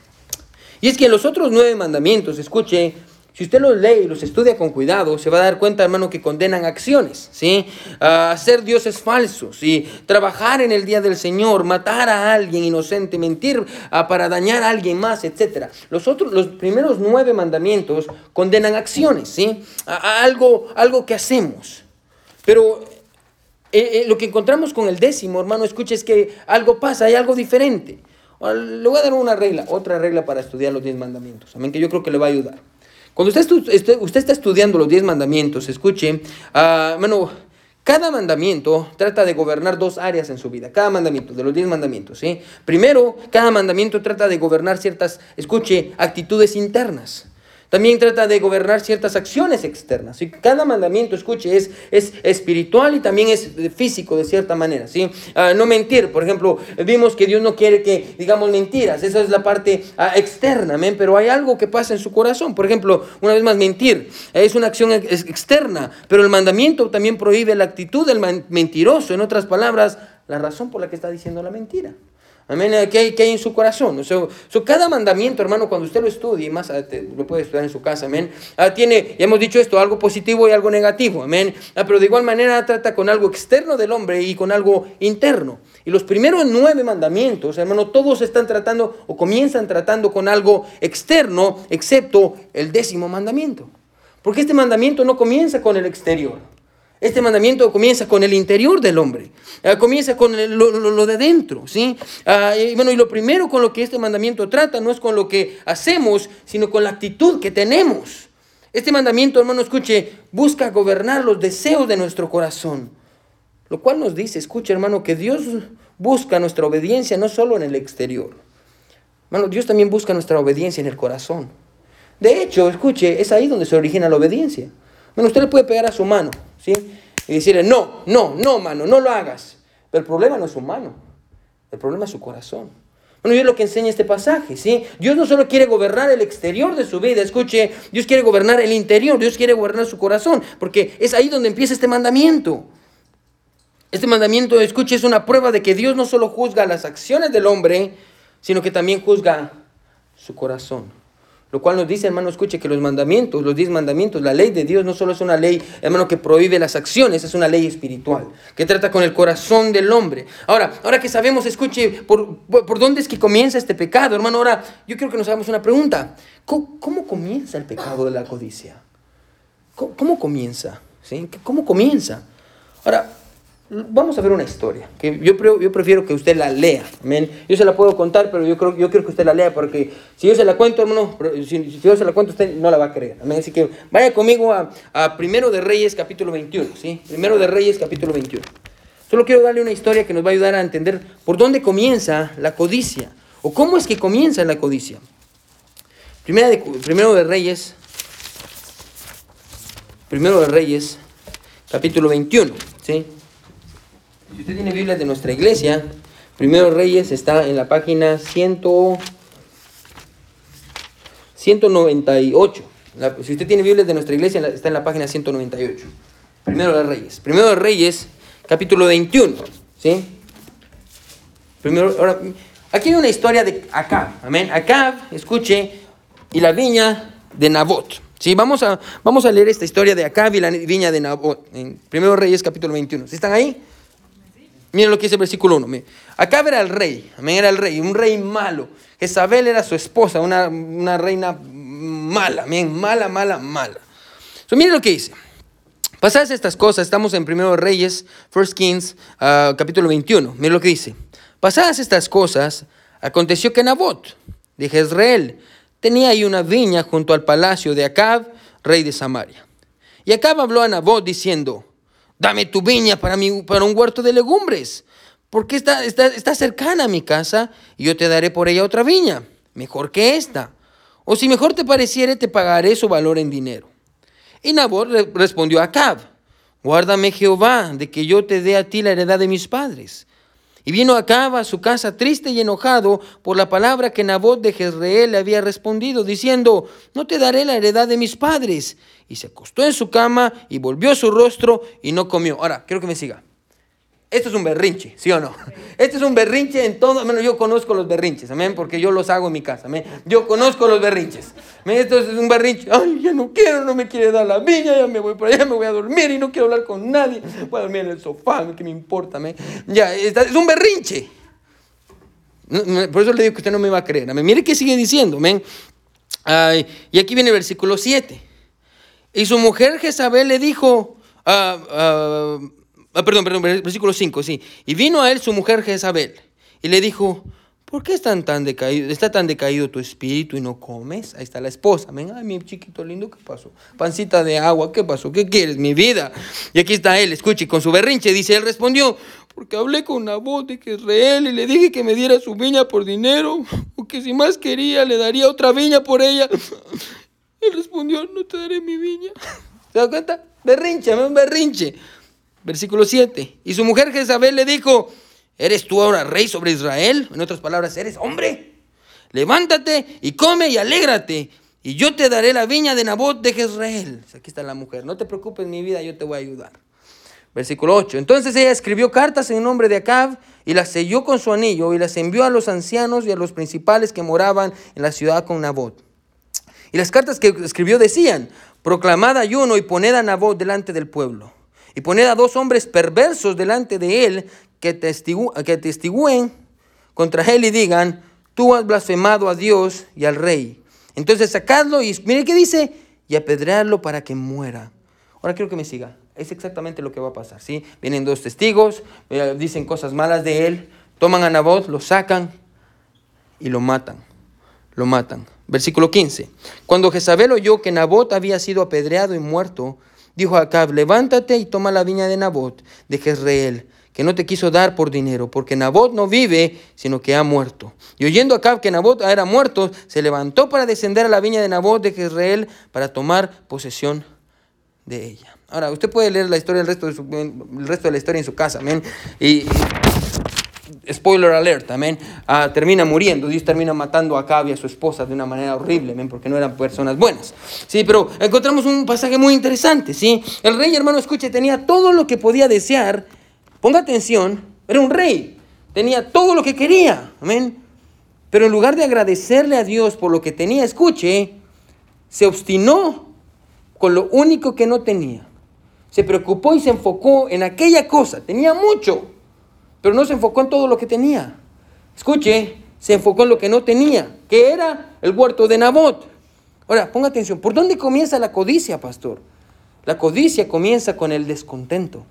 Y es que los otros nueve mandamientos, escuche, si usted los lee y los estudia con cuidado, se va a dar cuenta, hermano, que condenan acciones, ¿sí? Uh, hacer dioses falsos, y trabajar en el día del Señor, matar a alguien inocente, mentir uh, para dañar a alguien más, etcétera. Los otros, los primeros nueve mandamientos condenan acciones, ¿sí? A, a algo, algo que hacemos. Pero eh, eh, lo que encontramos con el décimo, hermano, escuche, es que algo pasa, hay algo diferente. Ahora, le voy a dar una regla, otra regla para estudiar los diez mandamientos, amén, que yo creo que le va a ayudar. Cuando usted, estu- usted está estudiando los diez mandamientos, escuche, uh, bueno, cada mandamiento trata de gobernar dos áreas en su vida. Cada mandamiento, de los diez mandamientos, ¿sí? Primero, cada mandamiento trata de gobernar ciertas, escuche, actitudes internas. También trata de gobernar ciertas acciones externas. ¿Sí? Cada mandamiento, escuche, es, es espiritual y también es físico de cierta manera. ¿Sí? Uh, no mentir, por ejemplo, vimos que Dios no quiere que digamos mentiras. Esa es la parte uh, externa, ¿men? Pero hay algo que pasa en su corazón. Por ejemplo, una vez más, mentir es una acción ex- externa, pero el mandamiento también prohíbe la actitud del man- mentiroso. En otras palabras, la razón por la que está diciendo la mentira. Amén, ¿qué hay, qué hay en su corazón? O sea, so, cada mandamiento, hermano, cuando usted lo estudie, más te, lo puede estudiar en su casa, amén, ah, tiene, ya hemos dicho esto, algo positivo y algo negativo, amén, ah, pero de igual manera trata con algo externo del hombre y con algo interno. Y los primeros nueve mandamientos, hermano, todos están tratando o comienzan tratando con algo externo, excepto el décimo mandamiento. Porque este mandamiento no comienza con el exterior. Este mandamiento comienza con el interior del hombre, uh, comienza con el, lo, lo, lo de dentro, ¿sí? Uh, y, bueno, y lo primero con lo que este mandamiento trata no es con lo que hacemos, sino con la actitud que tenemos. Este mandamiento, hermano, escuche, busca gobernar los deseos de nuestro corazón, lo cual nos dice, escuche, hermano, que Dios busca nuestra obediencia no solo en el exterior. Hermano, Dios también busca nuestra obediencia en el corazón. De hecho, escuche, es ahí donde se origina la obediencia. Bueno, usted le puede pegar a su mano, ¿sí? Y decirle, no, no, no, mano, no lo hagas. Pero el problema no es su mano, el problema es su corazón. Bueno, y es lo que enseña este pasaje, ¿sí? Dios no solo quiere gobernar el exterior de su vida, escuche, Dios quiere gobernar el interior, Dios quiere gobernar su corazón, porque es ahí donde empieza este mandamiento. Este mandamiento, escuche, es una prueba de que Dios no solo juzga las acciones del hombre, sino que también juzga su corazón. Lo cual nos dice, hermano, escuche, que los mandamientos, los diez mandamientos, la ley de Dios no solo es una ley, hermano, que prohíbe las acciones, es una ley espiritual, que trata con el corazón del hombre. Ahora, ahora que sabemos, escuche, por, por, por dónde es que comienza este pecado, hermano, ahora yo quiero que nos hagamos una pregunta. ¿Cómo, cómo comienza el pecado de la codicia? ¿Cómo, cómo comienza? ¿Sí? ¿Cómo comienza? Ahora, vamos a ver una historia, que yo, pre- yo prefiero que usted la lea, amén. Yo se la puedo contar, pero yo creo yo quiero que usted la lea, porque si yo se la cuento, hermano, si, si yo se la cuento, usted no la va a creer, amén. Así que vaya conmigo a, a Primero de Reyes, capítulo veintiuno, ¿sí? Primero de Reyes, capítulo veintiuno. Solo quiero darle una historia que nos va a ayudar a entender por dónde comienza la codicia, o cómo es que comienza la codicia. Primera de, Primero de Reyes, Primero de Reyes, capítulo veintiuno, ¿sí? Si usted tiene Biblia de nuestra iglesia, Primero Reyes está en la página cien, ciento noventa y ocho. La, si usted tiene Biblia de nuestra iglesia, está en la página ciento noventa y ocho. Primero de Reyes. Primero de Reyes, capítulo veintiuno. ¿Sí? Primero, ahora, aquí hay una historia de Acab. Amén. Acab, escuche, y la viña de Nabot. Sí, vamos a, vamos a leer esta historia de Acab y la viña de Nabot. En Primero Reyes, capítulo veintiuno. ¿Sí están ahí? Miren lo que dice el versículo uno. Acab era el rey, amén, era el rey, un rey malo. Jezabel era su esposa, una, una reina mala, amén, mala, mala, mala. So, miren lo que dice. Pasadas estas cosas, estamos en Primero Reyes, First Kings, uh, capítulo veintiuno. Miren lo que dice. Pasadas estas cosas, aconteció que Nabot, de Jezreel, tenía ahí una viña junto al palacio de Acab, rey de Samaria. Y Acab habló a Nabot diciendo: dame tu viña para, mi, para un huerto de legumbres, porque está, está, está cercana a mi casa, y yo te daré por ella otra viña, mejor que esta. O si mejor te pareciere, te pagaré su valor en dinero. Y Nabot re- respondió a Acab: guárdame Jehová de que yo te dé a ti la heredad de mis padres. Y vino Acab a su casa triste y enojado por la palabra que Nabot de Jezreel le había respondido, diciendo: no te daré la heredad de mis padres. Y se acostó en su cama y volvió su rostro y no comió. Ahora, quiero que me siga. Esto es un berrinche, ¿sí o no? Este es un berrinche en todo. Bueno, yo conozco los berrinches, amén, porque yo los hago en mi casa, amén. Yo conozco los berrinches. Amén. Esto es un berrinche. Ay, ya no quiero, no me quiere dar la viña, ya me voy por allá, me voy a dormir y no quiero hablar con nadie. Voy a dormir en el sofá, ¿qué me importa, amén? Ya, está, es un berrinche. Por eso le digo que usted no me va a creer, amén. Mire qué sigue diciendo, amén. Ay, y aquí viene el versículo siete. Y su mujer Jezabel le dijo... Uh, uh, Ah, perdón, perdón, versículo cinco, sí. Y vino a él su mujer Jezabel y le dijo: ¿por qué están tan decaído, está tan decaído tu espíritu y no comes? Ahí está la esposa. Amén. Ay, mi chiquito lindo, ¿qué pasó? Pancita de agua, ¿qué pasó? ¿Qué quieres, mi vida? Y aquí está él, escuche, con su berrinche, dice, él respondió: porque hablé con Nabot de Jezreel y le dije que me diera su viña por dinero, o que si más quería le daría otra viña por ella. Él respondió: no te daré mi viña. ¿Se da cuenta? Berrinche, amén, berrinche. Versículo siete. Y su mujer Jezabel le dijo: ¿eres tú ahora rey sobre Israel? En otras palabras, ¿eres hombre? Levántate y come y alégrate, y yo te daré la viña de Nabot de Jezreel. Aquí está la mujer. No te preocupes, mi vida, yo te voy a ayudar. Versículo ocho. Entonces ella escribió cartas en nombre de Acab y las selló con su anillo y las envió a los ancianos y a los principales que moraban en la ciudad con Nabot. Y las cartas que escribió decían: proclamad ayuno y poned a Nabot delante del pueblo. Y poned a dos hombres perversos delante de él que, testigu que testigúen contra él y digan: tú has blasfemado a Dios y al rey. Entonces sacadlo y mire qué dice: y apedreadlo para que muera. Ahora quiero que me siga. Es exactamente lo que va a pasar, ¿sí? Vienen dos testigos, eh, dicen cosas malas de él, toman a Nabot, lo sacan y lo matan. Lo matan. Versículo quince. Cuando Jezabel oyó que Nabot había sido apedreado y muerto, dijo a Acab: levántate y toma la viña de Nabot de Jezreel, que no te quiso dar por dinero, porque Nabot no vive, sino que ha muerto. Y oyendo Acab que Nabot era muerto, se levantó para descender a la viña de Nabot de Jezreel para tomar posesión de ella. Ahora, usted puede leer la historia, el resto de, su, el resto de la historia en su casa, amén. Y spoiler alert, amén. Uh, termina muriendo. Dios termina matando a Acab y a su esposa de una manera horrible, amén, porque no eran personas buenas. Sí, pero encontramos un pasaje muy interesante, sí. El rey, hermano, escuche, tenía todo lo que podía desear. Ponga atención, era un rey. Tenía todo lo que quería, amén. Pero en lugar de agradecerle a Dios por lo que tenía, escuche, se obstinó con lo único que no tenía. Se preocupó y se enfocó en aquella cosa. Tenía mucho, pero no se enfocó en todo lo que tenía. Escuche, se enfocó en lo que no tenía, que era el huerto de Nabot. Ahora, ponga atención. ¿Por dónde comienza la codicia, pastor? La codicia comienza con el descontento.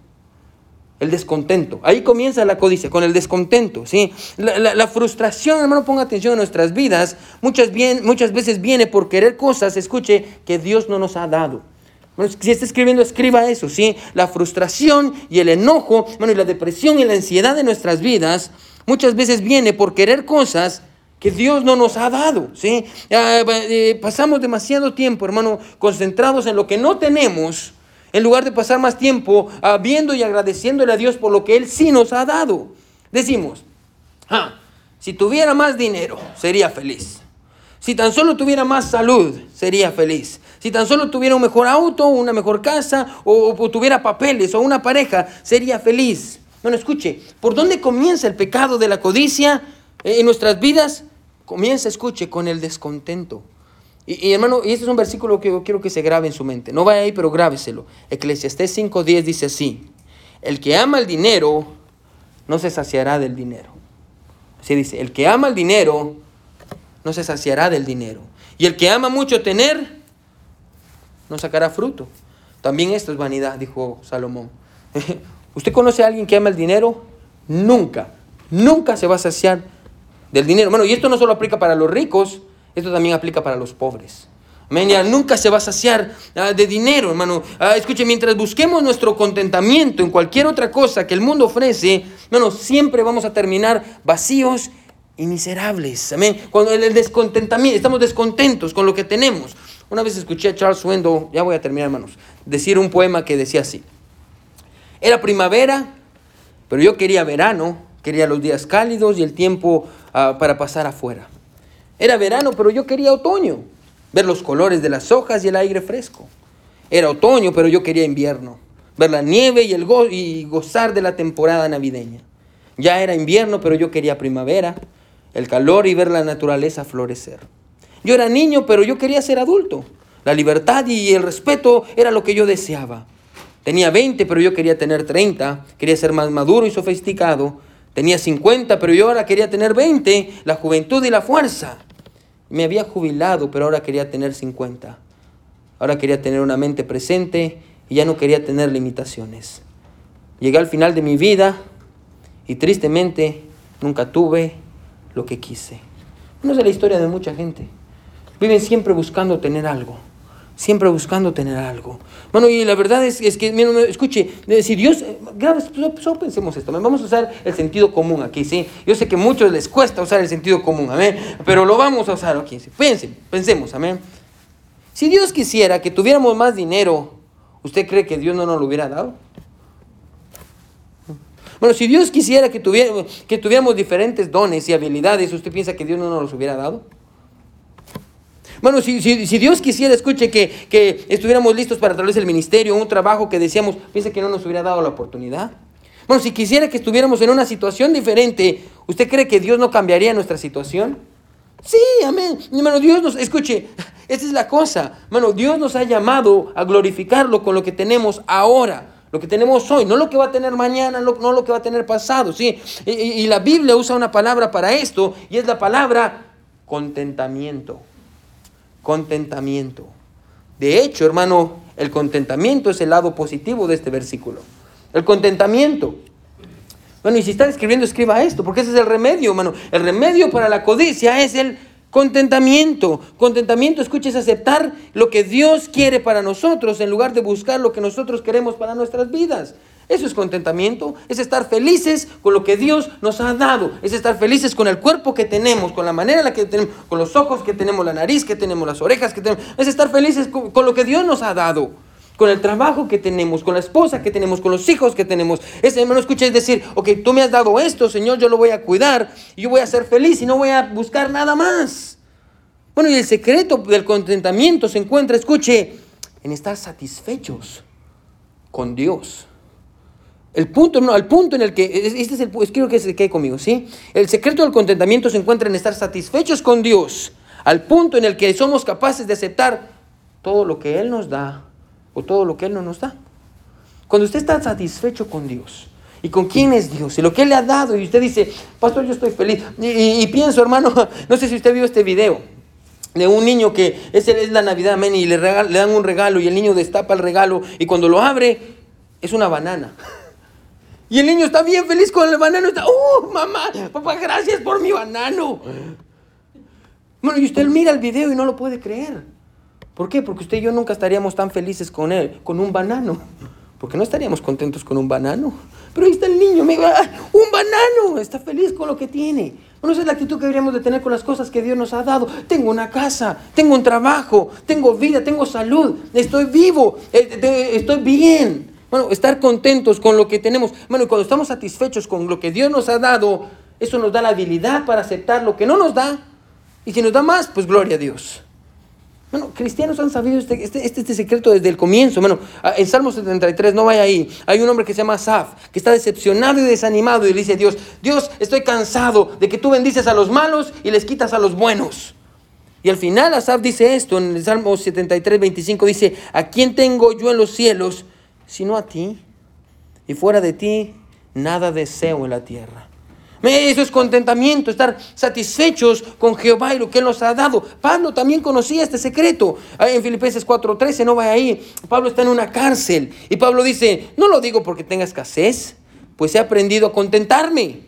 El descontento. Ahí comienza la codicia, con el descontento, ¿sí? La, la, la frustración, hermano, ponga atención, en nuestras vidas, muchas, bien, muchas veces viene por querer cosas, escuche, que Dios no nos ha dado. Bueno, si está escribiendo, escriba eso, ¿sí? La frustración y el enojo, bueno, y la depresión y la ansiedad de nuestras vidas, muchas veces viene por querer cosas que Dios no nos ha dado, ¿sí? Eh, eh, pasamos demasiado tiempo, hermano, concentrados en lo que no tenemos, en lugar de pasar más tiempo uh, viendo y agradeciéndole a Dios por lo que Él sí nos ha dado. Decimos: ah, si tuviera más dinero, sería feliz. Si tan solo tuviera más salud, sería feliz. Si tan solo tuviera un mejor auto, una mejor casa, o, o tuviera papeles, o una pareja, sería feliz. Bueno, escuche, ¿por dónde comienza el pecado de la codicia en nuestras vidas? Comienza, escuche, con el descontento. Y, y hermano, y este es un versículo que yo quiero que se grabe en su mente. No vaya ahí, pero grábeselo. Eclesiastés cinco diez dice así: el que ama el dinero no se saciará del dinero. Así dice: el que ama el dinero no se saciará del dinero. Y el que ama mucho tener no sacará fruto. También esto es vanidad, dijo Salomón. ¿Usted conoce a alguien que ama el dinero? Nunca, nunca se va a saciar del dinero. Bueno, y esto no solo aplica para los ricos, esto también aplica para los pobres. Amén. Ya nunca se va a saciar uh, de dinero, hermano. Uh, escuche, mientras busquemos nuestro contentamiento en cualquier otra cosa que el mundo ofrece, hermano, siempre vamos a terminar vacíos y miserables. Amén. Cuando el descontentamiento, estamos descontentos con lo que tenemos. Una vez escuché a Charles Swindoll, ya voy a terminar, hermanos, decir un poema que decía así: era primavera, pero yo quería verano, quería los días cálidos y el tiempo uh, para pasar afuera. Era verano, pero yo quería otoño, ver los colores de las hojas y el aire fresco. Era otoño, pero yo quería invierno, ver la nieve y, el go- y gozar de la temporada navideña. Ya era invierno, pero yo quería primavera, el calor y ver la naturaleza florecer. Yo era niño, pero yo quería ser adulto. La libertad y el respeto era lo que yo deseaba. Tenía veinte, pero yo quería tener treinta. Quería ser más maduro y sofisticado. Tenía cincuenta, pero yo ahora quería tener veinte, la juventud y la fuerza. Me había jubilado, pero ahora quería tener cincuenta. Ahora quería tener una mente presente y ya no quería tener limitaciones. Llegué al final de mi vida y tristemente nunca tuve lo que quise. No es la historia de mucha gente. Viven siempre buscando tener algo. Siempre buscando tener algo. Bueno, y la verdad es, es que, miren, escuche, si Dios, grave, solo pensemos esto, vamos a usar el sentido común aquí, ¿sí? Yo sé que a muchos les cuesta usar el sentido común, amén, pero lo vamos a usar aquí, ¿sí? Piensen, pensemos, amén. Si Dios quisiera que tuviéramos más dinero, ¿usted cree que Dios no nos lo hubiera dado? Bueno, si Dios quisiera que, tuviera, que tuviéramos diferentes dones y habilidades, ¿usted piensa que Dios no nos los hubiera dado? Bueno, si, si, si Dios quisiera, escuche, que, que estuviéramos listos para través del ministerio, un trabajo que decíamos, piensa que no nos hubiera dado la oportunidad. Bueno, si quisiera que estuviéramos en una situación diferente, ¿usted cree que Dios no cambiaría nuestra situación? Sí, amén. Hermano, Dios nos, escuche, esa es la cosa. Hermano, Dios nos ha llamado a glorificarlo con lo que tenemos ahora. Lo que tenemos hoy, no lo que va a tener mañana, no, no lo que va a tener pasado, ¿sí? Y, y, y la Biblia usa una palabra para esto, y es la palabra contentamiento. Contentamiento. De hecho, hermano, el contentamiento es el lado positivo de este versículo. El contentamiento. Bueno, y si está escribiendo, escriba esto, porque ese es el remedio, hermano. El remedio para la codicia es el contentamiento. Contentamiento, escucha, es aceptar lo que Dios quiere para nosotros en lugar de buscar lo que nosotros queremos para nuestras vidas. Eso es contentamiento, es estar felices con lo que Dios nos ha dado, es estar felices con el cuerpo que tenemos, con la manera en la que tenemos, con los ojos que tenemos, la nariz que tenemos, las orejas que tenemos, es estar felices con, con lo que Dios nos ha dado, con el trabajo que tenemos, con la esposa que tenemos, con los hijos que tenemos. Ese hermano, escucha, es decir, ok, tú me has dado esto, Señor, yo lo voy a cuidar, y yo voy a ser feliz y no voy a buscar nada más. Bueno, y el secreto del contentamiento se encuentra, escuche, en estar satisfechos con Dios. El punto, no, el punto en el que, este es el, quiero que se quede conmigo, ¿sí? El secreto del contentamiento se encuentra en estar satisfechos con Dios, al punto en el que somos capaces de aceptar todo lo que Él nos da o todo lo que Él no nos da. Cuando usted está satisfecho con Dios y con quién es Dios y lo que Él le ha dado, y usted dice, pastor, yo estoy feliz, y, y, y pienso, hermano, no sé si usted vio este video de un niño que es, es la Navidad, amén, y le, regal, le dan un regalo y el niño destapa el regalo y cuando lo abre es una banana. Y el niño está bien feliz con el banano. Está, ¡oh, mamá! Papá, gracias por mi banano. Bueno, y usted mira el video y no lo puede creer. ¿Por qué? Porque usted y yo nunca estaríamos tan felices con él, con un banano. Porque no estaríamos contentos con un banano. Pero ahí está el niño, mira, un banano. Está feliz con lo que tiene. Bueno, esa es la actitud que deberíamos de tener con las cosas que Dios nos ha dado. Tengo una casa, tengo un trabajo, tengo vida, tengo salud, estoy vivo, estoy bien. Bueno, estar contentos con lo que tenemos. Bueno, cuando estamos satisfechos con lo que Dios nos ha dado, eso nos da la habilidad para aceptar lo que no nos da. Y si nos da más, pues gloria a Dios. Bueno, cristianos han sabido este, este, este, este secreto desde el comienzo. Bueno, en Salmo setenta y tres, no vaya ahí, hay un hombre que se llama Asaf, que está decepcionado y desanimado y le dice a Dios, Dios, estoy cansado de que tú bendices a los malos y les quitas a los buenos. Y al final Asaf dice esto, en el Salmo setenta y tres, veinticinco, dice, ¿a quién tengo yo en los cielos sino a ti? Y fuera de ti, nada deseo en la tierra. Eso es contentamiento, estar satisfechos con Jehová y lo que Él nos ha dado. Pablo también conocía este secreto. En Filipenses cuatro trece, no vaya ahí, Pablo está en una cárcel. Y Pablo dice, no lo digo porque tenga escasez, pues he aprendido a contentarme.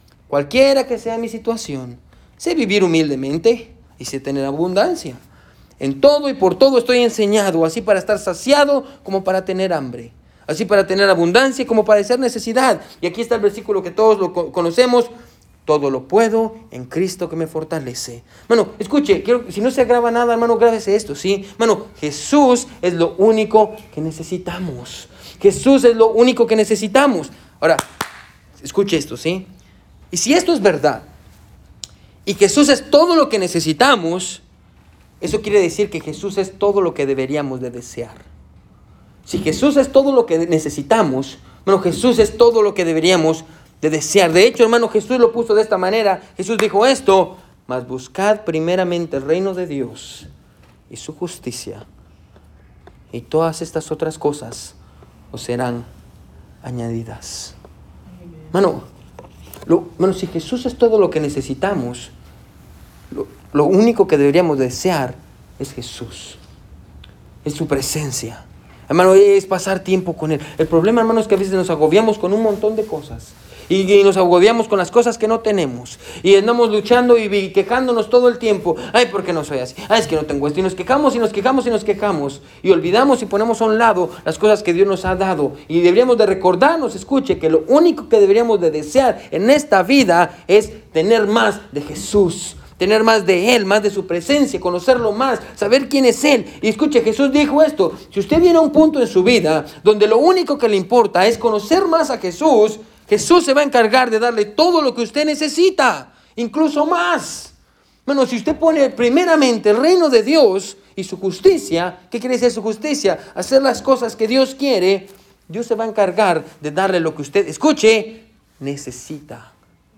Cualquiera que sea mi situación, sé vivir humildemente y sé tener abundancia. En todo y por todo estoy enseñado, así para estar saciado como para tener hambre, así para tener abundancia como para hacer necesidad. Y aquí está el versículo que todos lo conocemos: todo lo puedo en Cristo que me fortalece. Hermano, escuche, quiero, si no se graba nada, hermano, grábese esto, ¿sí? Hermano, Jesús es lo único que necesitamos. Jesús es lo único que necesitamos. Ahora, escuche esto, ¿sí? Y si esto es verdad, y Jesús es todo lo que necesitamos, eso quiere decir que Jesús es todo lo que deberíamos de desear. Si Jesús es todo lo que necesitamos, bueno, Jesús es todo lo que deberíamos de desear. De hecho, hermano, Jesús lo puso de esta manera. Jesús dijo esto: mas buscad primeramente el reino de Dios y su justicia, y todas estas otras cosas os serán añadidas. Hermano, lo, hermano, si Jesús es todo lo que necesitamos, lo, lo único que deberíamos desear es Jesús, es su presencia. Hermano, es pasar tiempo con Él. El problema, hermano, es que a veces nos agobiamos con un montón de cosas. Y, y nos agobiamos con las cosas que no tenemos. Y andamos luchando y, y quejándonos todo el tiempo. Ay, ¿por qué no soy así? Ay, es que no tengo esto. Y nos quejamos y nos quejamos y nos quejamos. Y olvidamos y ponemos a un lado las cosas que Dios nos ha dado. Y deberíamos de recordarnos, escuche, que lo único que deberíamos de desear en esta vida es tener más de Jesús. Tener más de Él, más de su presencia, conocerlo más, saber quién es Él. Y escuche, Jesús dijo esto: si usted viene a un punto en su vida donde lo único que le importa es conocer más a Jesús, Jesús se va a encargar de darle todo lo que usted necesita, incluso más. Bueno, si usted pone primeramente el reino de Dios y su justicia, ¿qué quiere decir su justicia? Hacer las cosas que Dios quiere. Dios se va a encargar de darle lo que usted, escuche, necesita.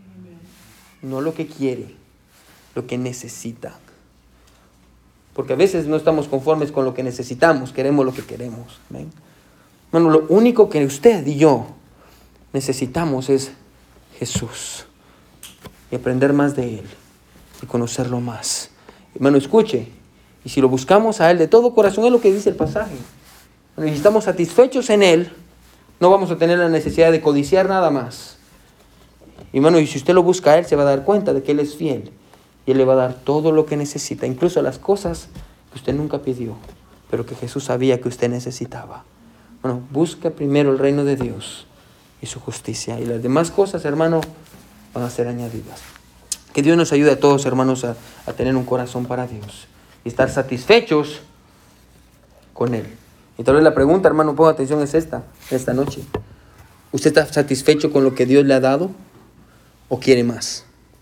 No lo que quiere, lo que necesita. Porque a veces no estamos conformes con lo que necesitamos, queremos lo que queremos. ¿Ven? Bueno, lo único que usted y yo necesitamos es Jesús, y aprender más de Él y conocerlo más. Hermano, escuche, y si lo buscamos a Él de todo corazón, es lo que dice el pasaje. Bueno, y si estamos satisfechos en Él, no vamos a tener la necesidad de codiciar nada más. Y hermano, y si usted lo busca a Él, se va a dar cuenta de que Él es fiel. Y Él le va a dar todo lo que necesita, incluso las cosas que usted nunca pidió, pero que Jesús sabía que usted necesitaba. Bueno, busca primero el reino de Dios y su justicia, y las demás cosas, hermano, van a ser añadidas. Que Dios nos ayude a todos, hermanos, a, a tener un corazón para Dios y estar satisfechos con Él. Y tal vez la pregunta, hermano, ponga atención, es esta, esta noche. ¿Usted está satisfecho con lo que Dios le ha dado o quiere más?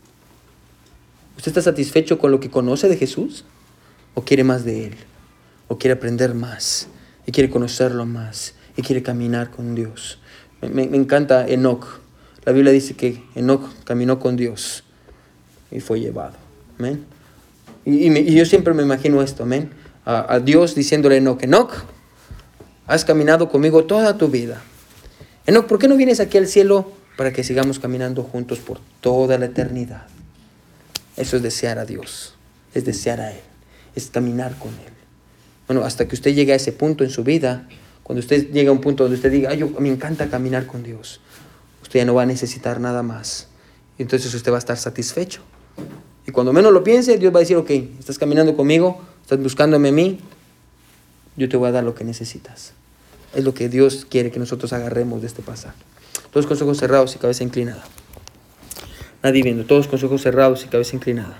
¿Usted está satisfecho con lo que conoce de Jesús o quiere más de Él? ¿O quiere aprender más y quiere conocerlo más y quiere caminar con Dios? Me, me encanta Enoc. La Biblia dice que Enoc caminó con Dios y fue llevado. ¿Amén? Y, y, me, y yo siempre me imagino esto. ¿Amén? A, a Dios diciéndole a Enoc: Enoc, has caminado conmigo toda tu vida. Enoc, ¿por qué no vienes aquí al cielo para que sigamos caminando juntos por toda la eternidad? Eso es desear a Dios, es desear a Él, es caminar con Él. Bueno, hasta que usted llegue a ese punto en su vida, cuando usted llegue a un punto donde usted diga: ay, yo, me encanta caminar con Dios, usted ya no va a necesitar nada más. Y entonces usted va a estar satisfecho. Y cuando menos lo piense, Dios va a decir: ok, estás caminando conmigo, estás buscándome a mí, yo te voy a dar lo que necesitas. Es lo que Dios quiere que nosotros agarremos de este pasaje. Todos con los ojos cerrados y cabeza inclinada. Nadie viendo, todos con los ojos cerrados y cabeza inclinada.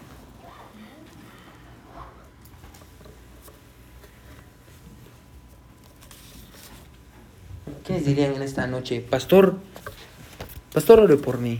¿Quiénes dirían en esta noche: Pastor, Pastor, ore por mí?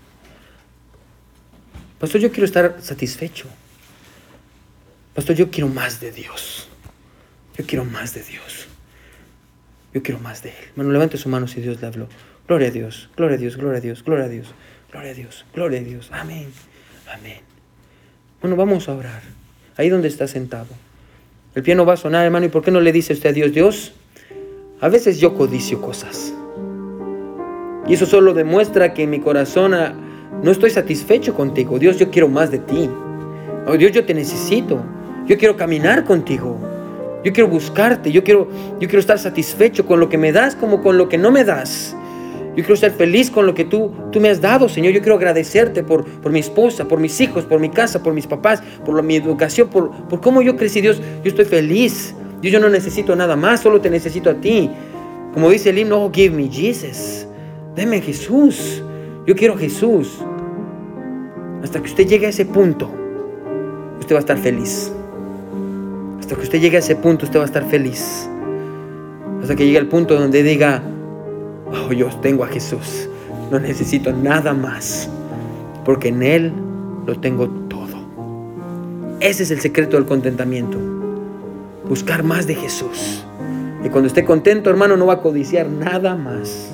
Pastor, yo quiero estar satisfecho. Pastor, yo quiero más de Dios. Yo quiero más de Dios. Yo quiero más de Él. Hermano, levante su mano si Dios le habló. Gloria a Dios, gloria a Dios, gloria a Dios, gloria a Dios, gloria a Dios, gloria a Dios. Amén, amén. Bueno, vamos a orar. Ahí donde está sentado. El piano va a sonar, hermano, ¿y por qué no le dice usted a Dios: Dios, a veces yo codicio cosas? Y eso solo demuestra que en mi corazón ah, no estoy satisfecho contigo. Dios, yo quiero más de ti. Oh, Dios, yo te necesito. Yo quiero caminar contigo. Yo quiero buscarte. Yo quiero, yo quiero estar satisfecho con lo que me das como con lo que no me das. Yo quiero ser feliz con lo que tú, tú me has dado, Señor. Yo quiero agradecerte por, por mi esposa, por mis hijos, por mi casa, por mis papás, por la, mi educación, por, por cómo yo crecí, Dios. Yo estoy feliz. Dios, yo no necesito nada más, solo te necesito a ti. Como dice el himno, oh, give me Jesus. Deme Jesús. Yo quiero Jesús. Hasta que usted llegue a ese punto, usted va a estar feliz. Hasta que usted llegue a ese punto, usted va a estar feliz. Hasta que llegue al punto donde diga, oh, yo tengo a Jesús. No necesito nada más. Porque en Él lo tengo todo. Ese es el secreto del contentamiento. Buscar más de Jesús. Y cuando esté contento, hermano, no va a codiciar nada más.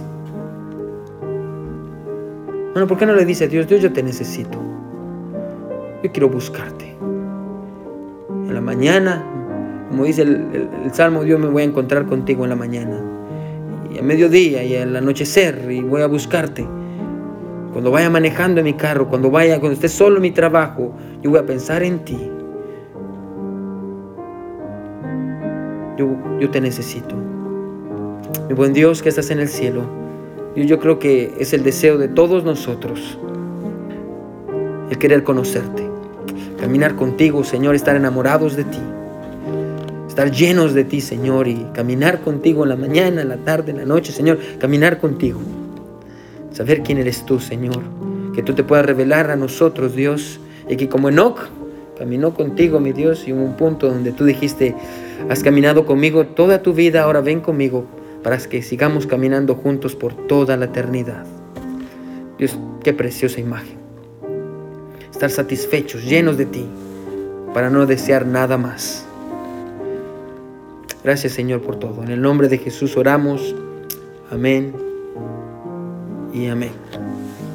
Bueno, ¿por qué no le dice a Dios, Dios, yo te necesito? Yo quiero buscarte. En la mañana, como dice el, el, el Salmo, Dios, me voy a encontrar contigo en la mañana. Y a mediodía y al anochecer, y voy a buscarte. Cuando vaya manejando en mi carro, cuando vaya, cuando esté solo en mi trabajo, yo voy a pensar en ti. Yo, yo te necesito. Mi buen Dios que estás en el cielo, yo, yo creo que es el deseo de todos nosotros, el querer conocerte, caminar contigo, Señor, estar enamorados de ti, estar llenos de ti, Señor, y caminar contigo en la mañana, en la tarde, en la noche, Señor, caminar contigo, saber quién eres tú, Señor, que tú te puedas revelar a nosotros, Dios, y que como Enoc caminó contigo, mi Dios, y hubo un punto donde tú dijiste, has caminado conmigo toda tu vida, ahora ven conmigo para que sigamos caminando juntos por toda la eternidad. Dios, qué preciosa imagen. Estar satisfechos, llenos de ti, para no desear nada más. Gracias, Señor, por todo. En el nombre de Jesús oramos. Amén y amén.